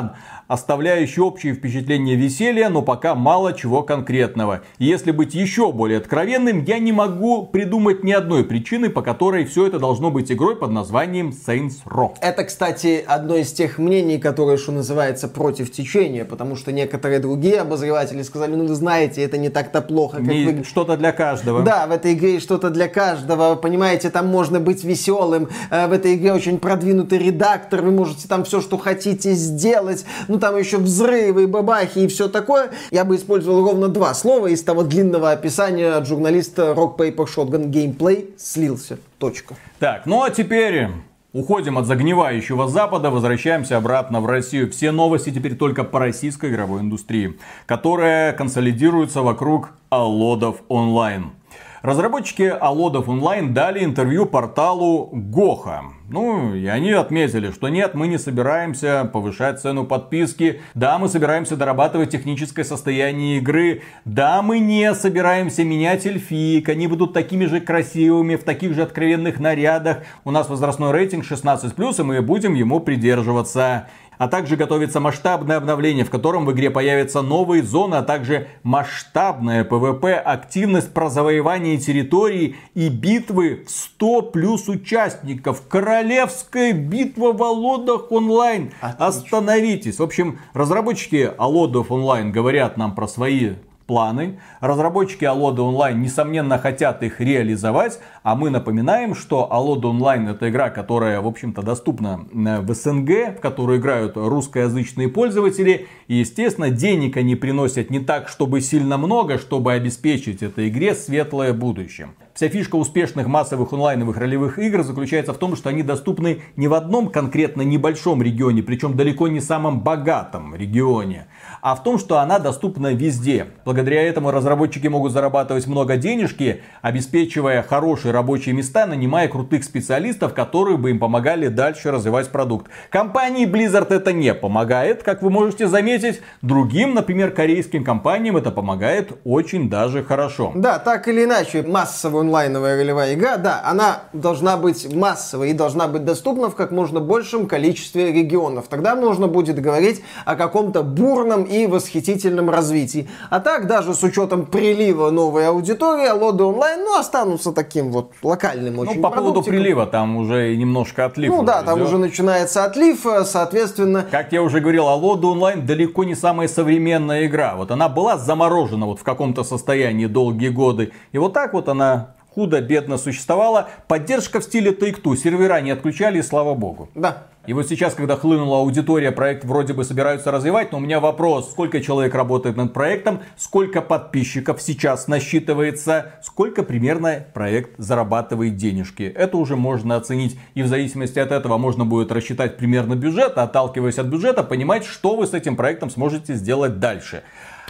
оставляющий общее впечатление веселья, но пока мало чего конкретного. И если быть еще более откровенным, я не могу придумать ни одной причины, по которой все это должно быть игрой под названием Saints Row.
Это, кстати, одно из тех мнений, которое, что называется, против течения, потому что некоторые другие обозреватели сказали, ну вы знаете, это не так-то плохо, как
не,
вы...
Что-то для каждого.
Да, в этой игре что-то для каждого, понимаете, там можно быть веселым, в этой игре очень продвинутый редактор, вы можете там все, что хотите сделать, ну там еще взрывы, бабахи и все такое. Я бы использовал ровно два слова из того длинного описания от журналиста Rock Paper Shotgun: геймплей слился. Точка.
Так, ну а теперь уходим от загнивающего Запада, возвращаемся обратно в Россию. Все новости теперь только по российской игровой индустрии, которая консолидируется вокруг Алодов Онлайн. Разработчики Алодов Онлайн дали интервью порталу Гоха. Ну, и они отметили, что нет, мы не собираемся повышать цену подписки. Да, мы собираемся дорабатывать техническое состояние игры. Да, мы не собираемся менять эльфиек. Они будут такими же красивыми, в таких же откровенных нарядах. У нас возрастной рейтинг шестнадцать плюс, и мы будем ему придерживаться. А также готовится масштабное обновление, в котором в игре появятся новые зоны, а также масштабная пэ вэ пэ, активность про завоевание территории и битвы в сто плюс участников. Королевская битва в Алодах Онлайн. Отлично. Остановитесь. В общем, разработчики Алодов Онлайн говорят нам про свои планы. Разработчики Алода Онлайн, несомненно, хотят их реализовать. А мы напоминаем, что Алода Онлайн — это игра, которая, в общем-то, доступна в эс эн гэ, в которую играют русскоязычные пользователи. И, естественно, денег они приносят не так, чтобы сильно много, чтобы обеспечить этой игре светлое будущее. Вся фишка успешных массовых онлайновых ролевых игр заключается в том, что они доступны не в одном конкретно небольшом регионе, причем далеко не самом богатом регионе, а в том, что она доступна везде. Благодаря этому разработчики могут зарабатывать много денежки, обеспечивая хорошие рабочие места, нанимая крутых специалистов, которые бы им помогали дальше развивать продукт. Компании Blizzard это не помогает, как вы можете заметить. Другим, например, корейским компаниям это помогает очень даже хорошо.
Да, так или иначе, массовая онлайновая ролевая игра, да, она должна быть массовой и должна быть доступна в как можно большем количестве регионов. Тогда можно будет говорить о каком-то бурном и восхитительном развитии. А так, даже с учетом прилива новой аудитории, Алоды Онлайн, ну, останутся таким вот локальным очень
Ну, по поводу
продуктиком.
прилива, там уже немножко отлив.
Ну да,
идет.
там уже начинается отлив, соответственно...
Как я уже говорил, Алода Онлайн далеко не самая современная игра. Вот она была заморожена вот в каком-то состоянии долгие годы. И вот так вот она худо-бедно существовала. Поддержка в стиле Take-Two. Сервера не отключали, и слава богу.
Да.
И вот сейчас, когда хлынула аудитория, проект вроде бы собираются развивать, но у меня вопрос, сколько человек работает над проектом, сколько подписчиков сейчас насчитывается, сколько примерно проект зарабатывает денежки. Это уже можно оценить, и в зависимости от этого можно будет рассчитать примерно бюджет, а отталкиваясь от бюджета, понимать, что вы с этим проектом сможете сделать дальше.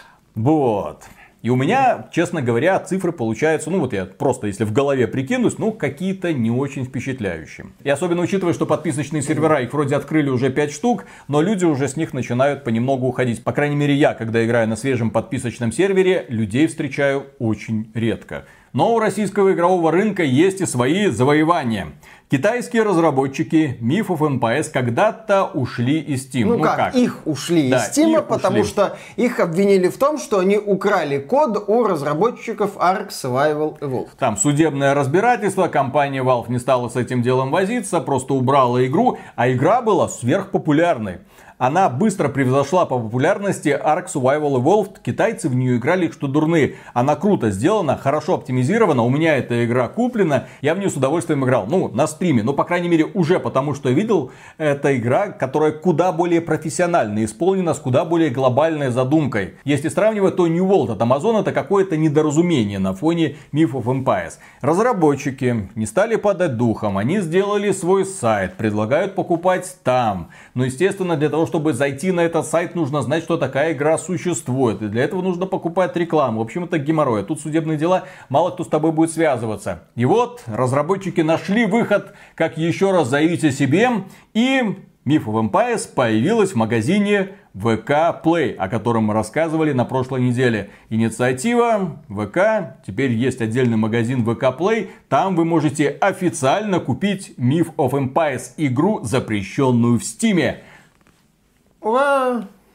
Вот. И у меня, честно говоря, цифры получаются, ну вот я просто если в голове прикинусь, ну какие-то не очень впечатляющие. И особенно учитывая, что подписочные сервера, их вроде открыли уже пять штук, но люди уже с них начинают понемногу уходить. По крайней мере я, когда играю на свежем подписочном сервере, людей встречаю очень редко. Но у российского игрового рынка есть и свои завоевания. Китайские разработчики Myth of Empires когда-то ушли из Steam.
Ну, ну как, как, их ушли
да,
из Steam,
их
потому
ушли.
что их обвинили в том, что они украли код у разработчиков Ark Survival Evolved.
Там судебное разбирательство, компания Valve не стала с этим делом возиться, просто убрала игру, а игра была сверхпопулярной. Она быстро превзошла по популярности Ark Survival Evolved. Китайцы в нее играли, что дурные. Она круто сделана, хорошо оптимизирована. У меня эта игра куплена. Я в нее с удовольствием играл. Ну, на стриме. Ну, по крайней мере, уже потому, что я видел, это игра, которая куда более профессионально исполнена, с куда более глобальной задумкой. Если сравнивать, то New World от Amazon это какое-то недоразумение на фоне Myth of Empires. Разработчики не стали падать духом. Они сделали свой сайт, предлагают покупать там. Но, естественно, для того, чтобы зайти на этот сайт, нужно знать, что такая игра существует. И для этого нужно покупать рекламу. В общем, это геморрой. А тут судебные дела, мало кто с тобой будет связываться. И вот, разработчики нашли выход, как еще раз заявить о себе. И Myth of Empires появилась в магазине вэ ка Play, о котором мы рассказывали на прошлой неделе. Инициатива вэ ка, теперь есть отдельный магазин вэ ка Play. Там вы можете официально купить Myth of Empires, игру, запрещенную в Steam.
Ура!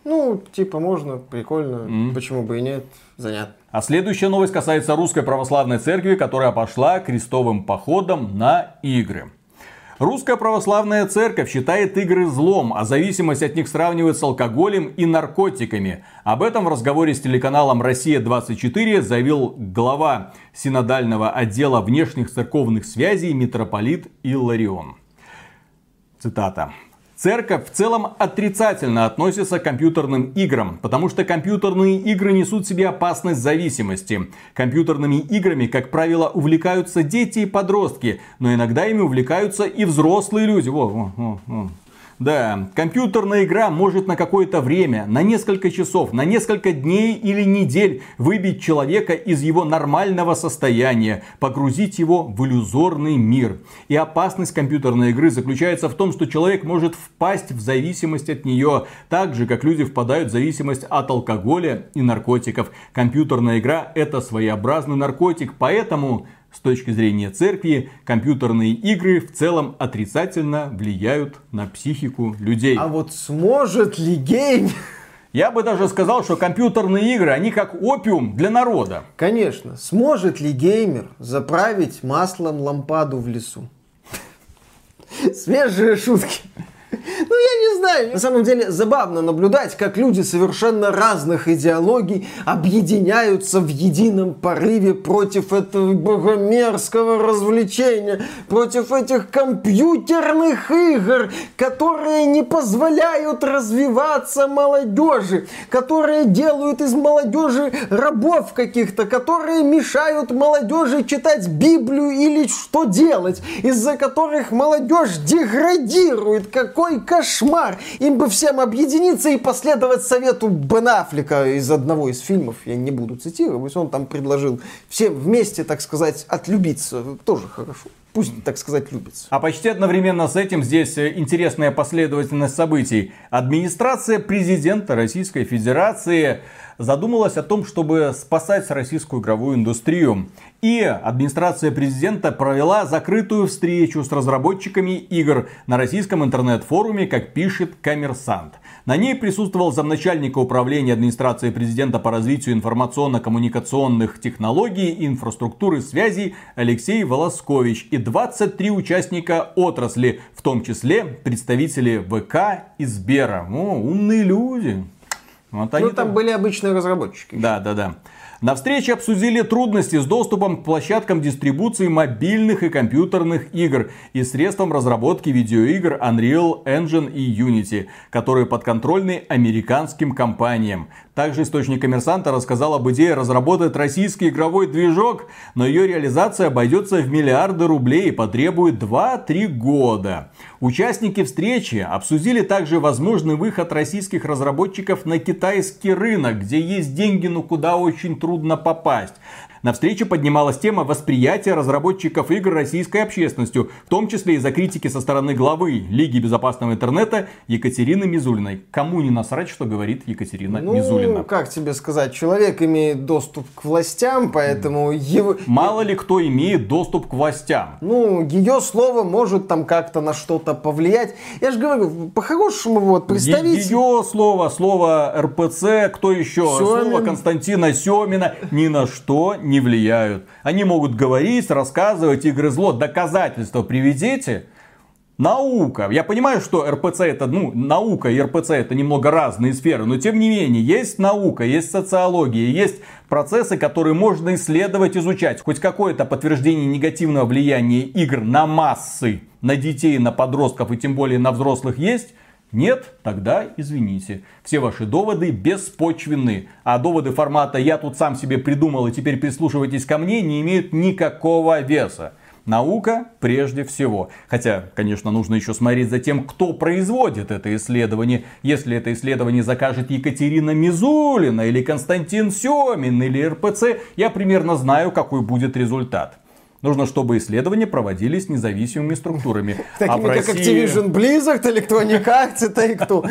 Ну, типа, можно, прикольно, mm. почему бы и нет, занятно.
А следующая новость касается Русской Православной Церкви, которая пошла крестовым походом на игры. Русская Православная Церковь считает игры злом, а зависимость от них сравнивает с алкоголем и наркотиками. Об этом в разговоре с телеканалом «Россия двадцать четыре» заявил глава синодального отдела внешних церковных связей митрополит Илларион. Цитата. Церковь в целом отрицательно относится к компьютерным играм, потому что компьютерные игры несут в себе опасность зависимости. Компьютерными играми, как правило, увлекаются дети и подростки, но иногда ими увлекаются и взрослые люди. Во, во, во, во. Да, компьютерная игра может на какое-то время, на несколько часов, на несколько дней или недель выбить человека из его нормального состояния, погрузить его в иллюзорный мир. И опасность компьютерной игры заключается в том, что человек может впасть в зависимость от нее, так же, как люди впадают в зависимость от алкоголя и наркотиков. Компьютерная игра – это своеобразный наркотик, поэтому... С точки зрения церкви, компьютерные игры в целом отрицательно влияют на психику людей.
А вот сможет ли гейм...
Я бы даже сказал, что компьютерные игры, они как опиум для народа.
Конечно. Сможет ли геймер заправить маслом лампаду в лесу? Свежие шутки. Ну, я не знаю. На самом деле, забавно наблюдать, как люди совершенно разных идеологий объединяются в едином порыве против этого богомерзкого развлечения, против этих компьютерных игр, которые не позволяют развиваться молодежи, которые делают из молодежи рабов каких-то, которые мешают молодежи читать Библию или что делать, из-за которых молодежь деградирует. Какой кошмар! Им бы всем объединиться и последовать совету Бен Аффлека из одного из фильмов. Я не буду цитировать. Он там предложил всем вместе, так сказать, отлюбиться. Тоже хорошо. Пусть, так сказать, любится.
А почти одновременно с этим здесь интересная последовательность событий. Администрация президента Российской Федерации задумалась о том, чтобы спасать российскую игровую индустрию. И администрация президента провела закрытую встречу с разработчиками игр на российском интернет-форуме, как пишет Коммерсант. На ней присутствовал замначальника управления администрации президента по развитию информационно-коммуникационных технологий и инфраструктуры связей Алексей Волоскович и двадцать три участника отрасли, в том числе представители ВК и Сбера. О, умные люди. Вот
ну, там, там были обычные разработчики.
Да, да, да. На встрече обсудили трудности с доступом к площадкам дистрибуции мобильных и компьютерных игр и средствам разработки видеоигр Unreal Engine и Unity, которые подконтрольны американским компаниям. Также источник Коммерсанта рассказал об идее разработать российский игровой движок, но ее реализация обойдется в миллиарды рублей и потребует два-три года. Участники встречи обсудили также возможный выход российских разработчиков на китайский рынок, где есть деньги, но куда очень трудно попасть. На встрече поднималась тема восприятия разработчиков игр российской общественностью, в том числе из-за критики со стороны главы Лиги безопасного интернета Екатерины Мизулиной. Кому не насрать, что говорит Екатерина
ну,
Мизулина?
Ну, как тебе сказать, человек имеет доступ к властям, поэтому его...
Мало ли кто имеет доступ к властям.
Ну, ее слово может там как-то на что-то повлиять. Я же говорю, по-хорошему вот представить...
Ее слово, слово эр пэ цэ, кто еще?
Семин.
Слово Константина Семина ни на что не влияют. Они могут говорить, рассказывать, игры зло, доказательства приведите. Наука. Я понимаю, что эр пэ цэ это, ну, наука и эр пэ цэ это немного разные сферы, но тем не менее, есть наука, есть социология, есть процессы, которые можно исследовать, изучать. Хоть какое-то подтверждение негативного влияния игр на массы, на детей, на подростков и тем более на взрослых есть? Нет? Тогда извините. Все ваши доводы беспочвенны. А доводы формата «я тут сам себе придумал и теперь прислушивайтесь ко мне» не имеют никакого веса. Наука прежде всего. Хотя, конечно, нужно еще смотреть за тем, кто производит это исследование. Если это исследование закажет Екатерина Мизулина или Константин Семин или эр пэ цэ, я примерно знаю, какой будет результат. Нужно, чтобы исследования проводились независимыми структурами.
Такими как Activision Blizzard, Electronic Arts и Take-Two.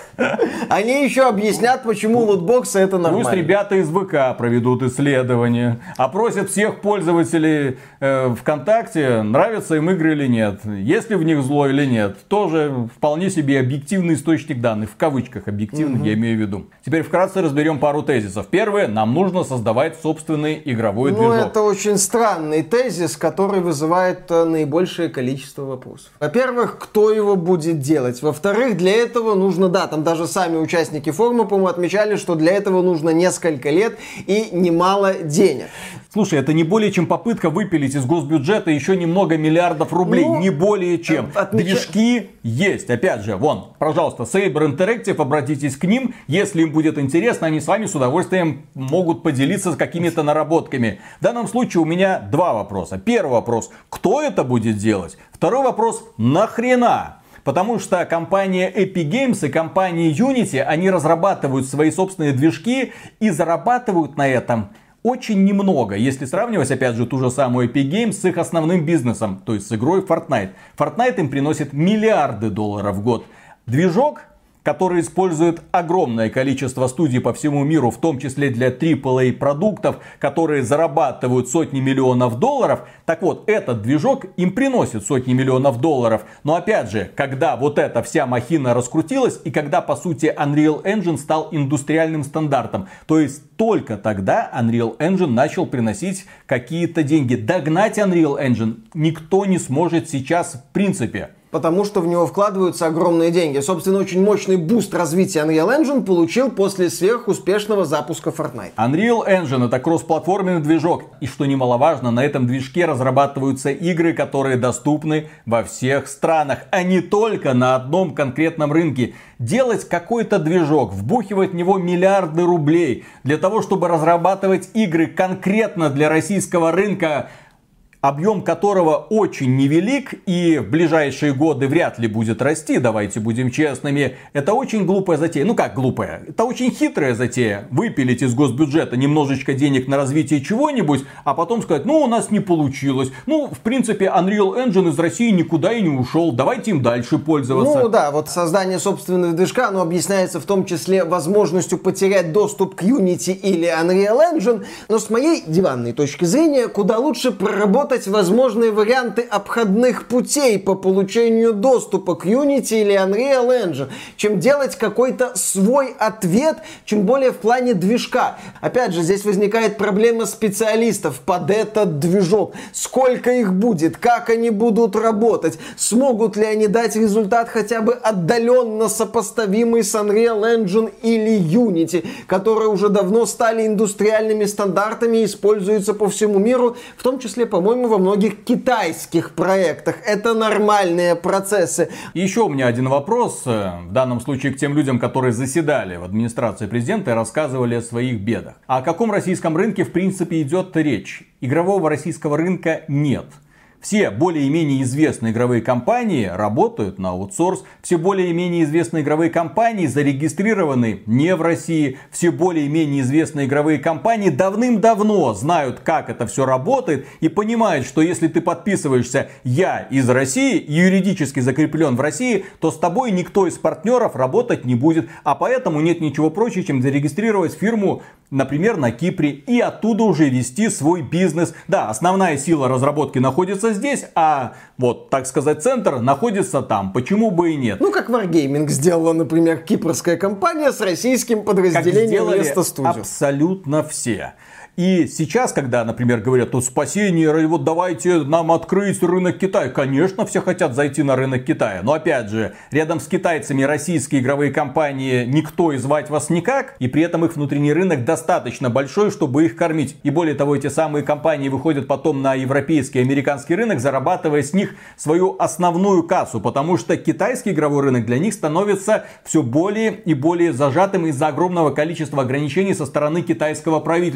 Они еще объяснят, почему лутбоксы это нормально.
Пусть ребята из ВК проведут исследования, опросят всех пользователей э, ВКонтакте, нравятся им игры или нет, есть ли в них зло или нет. Тоже вполне себе объективный источник данных, в кавычках объективных, угу. я имею в виду. Теперь вкратце разберем пару тезисов. Первое, нам нужно создавать собственный игровой
ну,
движок.
Ну, это очень странный тезис, который вызывает наибольшее количество вопросов. Во-первых, кто его будет делать? Во-вторых, для этого нужно, да, там даже сами участники форума, по-моему, отмечали, что для этого нужно несколько лет и немало денег.
Слушай, это не более чем попытка выпилить из госбюджета еще немного миллиардов рублей. Ну, не более чем. Отмеч... Движки есть. Опять же, вон, пожалуйста, Saber Interactive, обратитесь к ним. Если им будет интересно, они с вами с удовольствием могут поделиться с какими-то наработками. В данном случае у меня два вопроса. Первый вопрос, кто это будет делать? Второй вопрос, нахрена? Потому что компания Epic Games и компания Unity, они разрабатывают свои собственные движки и зарабатывают на этом очень немного, если сравнивать, опять же, ту же самую Epic Games с их основным бизнесом, то есть с игрой Fortnite. Fortnite им приносит миллиарды долларов в год. Движок, который использует огромное количество студий по всему миру, в том числе для трипл эй продуктов, которые зарабатывают сотни миллионов долларов. Так вот, этот движок им приносит сотни миллионов долларов. Но опять же, когда вот эта вся махина раскрутилась, и когда, по сути, Unreal Engine стал индустриальным стандартом, то есть только тогда Unreal Engine начал приносить какие-то деньги. Догнать Unreal Engine никто не сможет сейчас в принципе.
Потому что в него вкладываются огромные деньги. Собственно, очень мощный буст развития Unreal Engine получил после сверхуспешного запуска Fortnite.
Unreal Engine — это кроссплатформенный движок. И что немаловажно, на этом движке разрабатываются игры, которые доступны во всех странах, а не только на одном конкретном рынке. Делать какой-то движок, вбухивать в него миллиарды рублей для того, чтобы разрабатывать игры конкретно для российского рынка, объем которого очень невелик и в ближайшие годы вряд ли будет расти, давайте будем честными. Это очень глупая затея. Ну как глупая? Это очень хитрая затея. Выпилить из госбюджета немножечко денег на развитие чего-нибудь, а потом сказать, ну у нас не получилось. Ну, в принципе, Unreal Engine из России никуда и не ушел. Давайте им дальше пользоваться.
Ну да, вот создание собственного движка, оно объясняется в том числе возможностью потерять доступ к Unity или Unreal Engine. Но с моей диванной точки зрения, куда лучше проработать возможные варианты обходных путей по получению доступа к Unity или Unreal Engine, чем делать какой-то свой ответ, чем более в плане движка. Опять же, здесь возникает проблема специалистов под этот движок. Сколько их будет, как они будут работать, смогут ли они дать результат хотя бы отдаленно сопоставимый с Unreal Engine или Unity, которые уже давно стали индустриальными стандартами и используются по всему миру, в том числе, по-моему, во многих китайских проектах. Это нормальные процессы.
Еще у меня один вопрос, в данном случае к тем людям, которые заседали в администрации президента и рассказывали о своих бедах. О каком российском рынке в принципе идет речь? Игрового российского рынка нет. Все более-менее известные игровые компании работают на аутсорс. Все более-менее известные игровые компании зарегистрированы не в России. Все более-менее известные игровые компании давным-давно знают, как это все работает. И понимают, что если ты подписываешься «Я из России», юридически закреплен в России, то с тобой никто из партнеров работать не будет. А поэтому нет ничего проще, чем зарегистрировать фирму, например, на Кипре. И оттуда уже вести свой бизнес. Да, основная сила разработки находится здесь, а вот, так сказать, центр находится там. Почему бы и нет?
Ну, как Wargaming сделала, например, кипрская компания с российским подразделением вместо студии.
Абсолютно все. И сейчас, когда, например, говорят, тут спасение, вот давайте нам открыть рынок Китая. Конечно, все хотят зайти на рынок Китая. Но опять же, рядом с китайцами российские игровые компании никто и звать вас никак. И при этом их внутренний рынок достаточно большой, чтобы их кормить. И более того, эти самые компании выходят потом на европейский и американский рынок, зарабатывая с них свою основную кассу. Потому что китайский игровой рынок для них становится все более и более зажатым из-за огромного количества ограничений со стороны китайского правительства.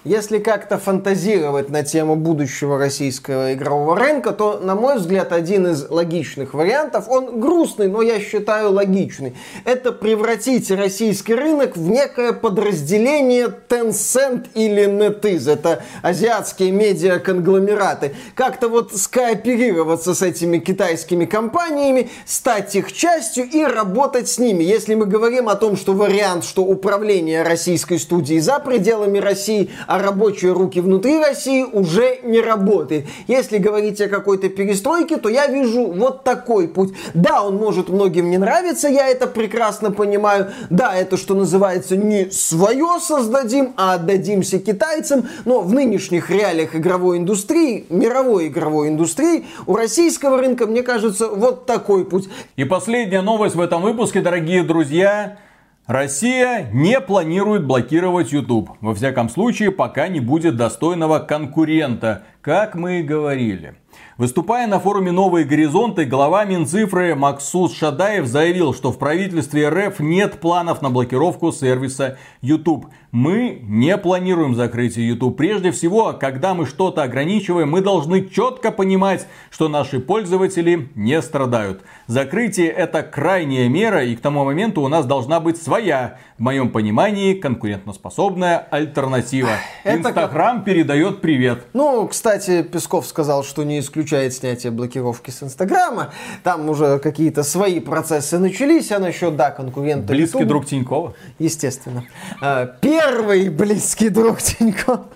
Если как-то фантазировать на тему будущего российского игрового рынка, то, на мой взгляд, один из логичных вариантов, он грустный, но я считаю логичный, это превратить российский рынок в некое подразделение Tencent или NetEase. Это азиатские медиаконгломераты. Как-то вот скооперироваться с этими китайскими компаниями, стать их частью и работать с ними. Если мы говорим о том, что вариант, что управление российской студией за пределами России, а рабочие руки внутри России уже не работает. Если говорить о какой-то перестройке, то я вижу вот такой путь. Да, он может многим не нравиться, я это прекрасно понимаю. Да, это, что называется, не свое создадим, а отдадимся китайцам. Но в нынешних реалиях игровой индустрии, мировой игровой индустрии, у российского рынка, мне кажется, вот такой путь.
И последняя новость в этом выпуске, дорогие друзья. Россия не планирует блокировать YouTube. Во всяком случае, пока не будет достойного конкурента, как мы и говорили. Выступая на форуме «Новые горизонты», глава Минцифры Максут Шадаев заявил, что в правительстве РФ нет планов на блокировку сервиса YouTube. Мы не планируем закрытие YouTube. Прежде всего, когда мы что-то ограничиваем, мы должны четко понимать, что наши пользователи не страдают. Закрытие — это крайняя мера, и к тому моменту у нас должна быть своя, в моем понимании, конкурентоспособная альтернатива. Инстаграм как... передает привет.
Ну, кстати, Песков сказал, что не исключает снятие блокировки с Инстаграма. Там уже какие-то свои процессы начались, а насчет, да, конкурента
Близкий
YouTube,
друг Тинькова.
Естественно. Первый близкий друг Тинькова.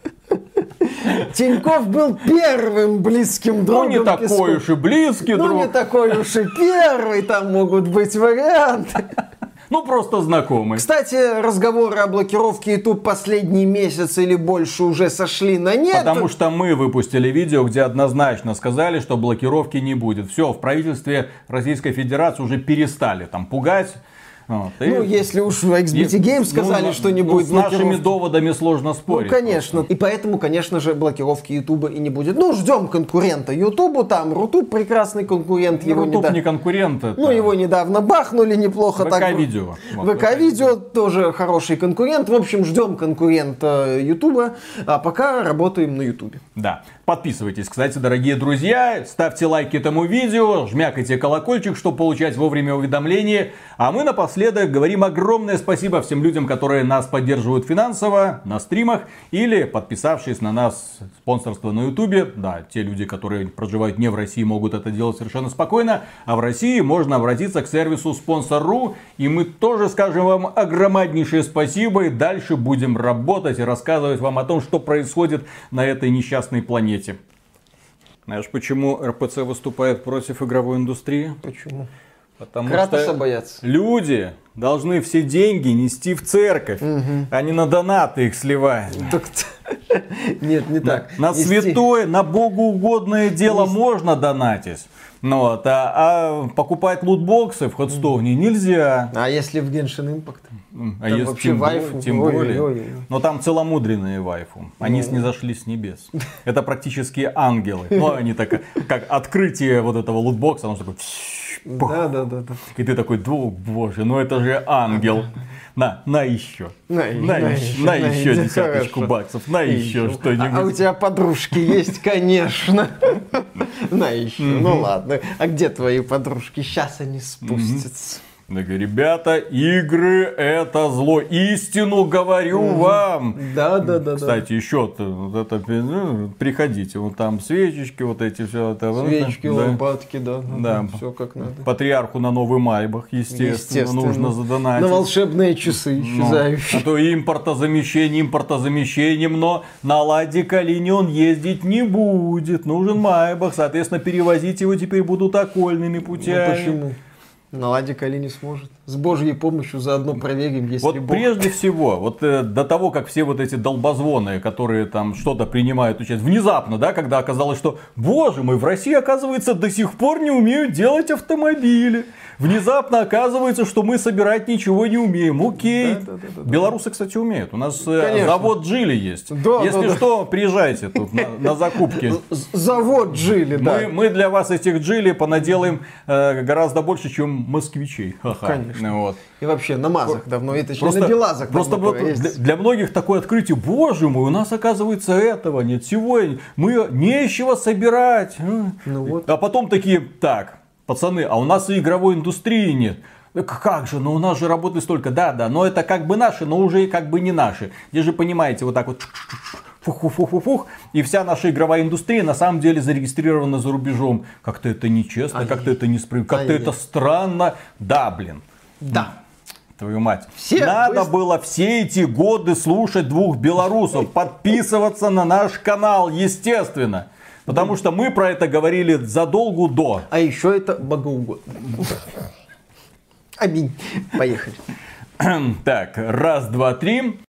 Тиньков был первым близким другом.
Ну, не такой
Пескова.
уж и близкий
ну,
друг.
Ну, не такой уж и первый, там могут быть варианты.
Ну, просто знакомый.
Кстати, разговоры о блокировке YouTube последний месяц или больше уже сошли на нет.
Потому что мы выпустили видео, где однозначно сказали, что блокировки не будет. Все, в правительстве Российской Федерации уже перестали там пугать. Вот, и...
Ну, если уж в икс би ти Games сказали,
ну,
что не
ну,
будет
с
блокировки.
нашими доводами сложно спорить.
Ну, конечно. Просто. И поэтому, конечно же, блокировки Ютуба и не будет. Ну, ждем конкурента Ютубу. Там Рутуб прекрасный конкурент.
Ну, Рутуб недав... не конкурент. Это...
Ну, его недавно бахнули неплохо.
ВК-видео.
Вот, ВК-видео тоже хороший конкурент. В общем, ждем конкурента Ютуба. А пока работаем на Ютубе.
Да. Подписывайтесь, кстати, дорогие друзья. Ставьте лайки этому видео. Жмякайте колокольчик, чтобы получать вовремя уведомления. А мы напоследок говорим огромное спасибо всем людям, которые нас поддерживают финансово на стримах или подписавшись на нас спонсорство на Ютубе. Да, те люди, которые проживают не в России, могут это делать совершенно спокойно. А в России можно обратиться к сервису спонсор точка ру. И мы тоже скажем вам огромнейшее спасибо. И дальше будем работать и рассказывать вам о том, что происходит на этой несчастной планете. Знаешь, почему эр пэ цэ выступает против игровой индустрии?
Почему?
Потому
Кратоса
что
боятся.
Люди должны все деньги нести в церковь, угу. а не на донаты их сливать.
Нет, не так.
На святое, на богоугодное дело можно донатить. Ну, вот, а, а покупать лутбоксы в Ходстоуне нельзя.
А если в Genshin Impact?
А если вообще тем, вайфу? Тем ой, более. Ой, ой, ой. Но там целомудренные вайфу. Они ну. снизошли с небес. Это практически ангелы. Ну, они так, как открытие вот этого лутбокса, оно такое...
Да, да, да, да.
И ты такой, боже, ну это же ангел. На, на еще. На, на, на еще, на еще на десяточку хорошо. Баксов. На еще, еще что-нибудь.
А, а у тебя подружки есть, конечно. На еще. Ну ладно. А где твои подружки? Сейчас они спустятся.
Так, ребята, игры это зло. Истину говорю mm-hmm. вам.
Да, да, да.
Кстати, да. еще вот это, ну, приходите, вот там свечечки, вот эти все. Это,
свечки,
вот,
лампадки, да.
да. да.
Все как надо.
Патриарху на новый Майбах, естественно, естественно, нужно задонатить.
На волшебные часы исчезающие.
Но, а то импортозамещение, импортозамещением, но на Ладе Калине он ездить не будет. Нужен Майбах, соответственно, перевозить его теперь будут окольными путями.
Ну, почему? На Ладе Кали не сможет. С Божьей помощью заодно проверим, если
вот
Бог...
прежде всего, вот э, до того, как все вот эти долбозвоны, которые там что-то принимают участие, внезапно, да, когда оказалось, что, боже мой, в России, оказывается, до сих пор не умеют делать автомобили. внезапно оказывается, что мы собирать ничего не умеем. Окей.
Да, да, да, да, да.
Белорусы, кстати, умеют. У нас э,
Конечно.
завод Джили есть.
Да,
Если
да, да.
что, приезжайте тут на, на закупки.
З- Завод Джили, да.
Мы, мы для вас этих Джили понаделаем э, гораздо больше, чем москвичей. Ха-ха.
Конечно.
Вот.
И вообще на МАЗах давно, и точнее
Просто,
на БелАЗах
просто
давно
вот
пора
для,
ездить.
для многих такое открытие. Боже мой, у нас оказывается этого нет, всего мы не из чего собирать.
Ну вот.
А потом такие, так, пацаны, а у нас и игровой индустрии нет. Так как же, ну у нас же работы столько. Да, да, но это как бы наши, но уже и как бы не наши. Здесь же понимаете, вот так вот фух-фух-фух-фух, и вся наша игровая индустрия на самом деле зарегистрирована за рубежом. Как-то это нечестно,
Ай.
как-то это несправедливо, как-то
Ай.
это странно. Да, блин.
Да.
Твою мать.
Все
Надо
быстро-
было все эти годы слушать двух белорусов, подписываться на наш канал, естественно. Потому что мы про это говорили задолго до.
А еще это богоугодно. Аминь. Поехали.
Так, раз, два, три.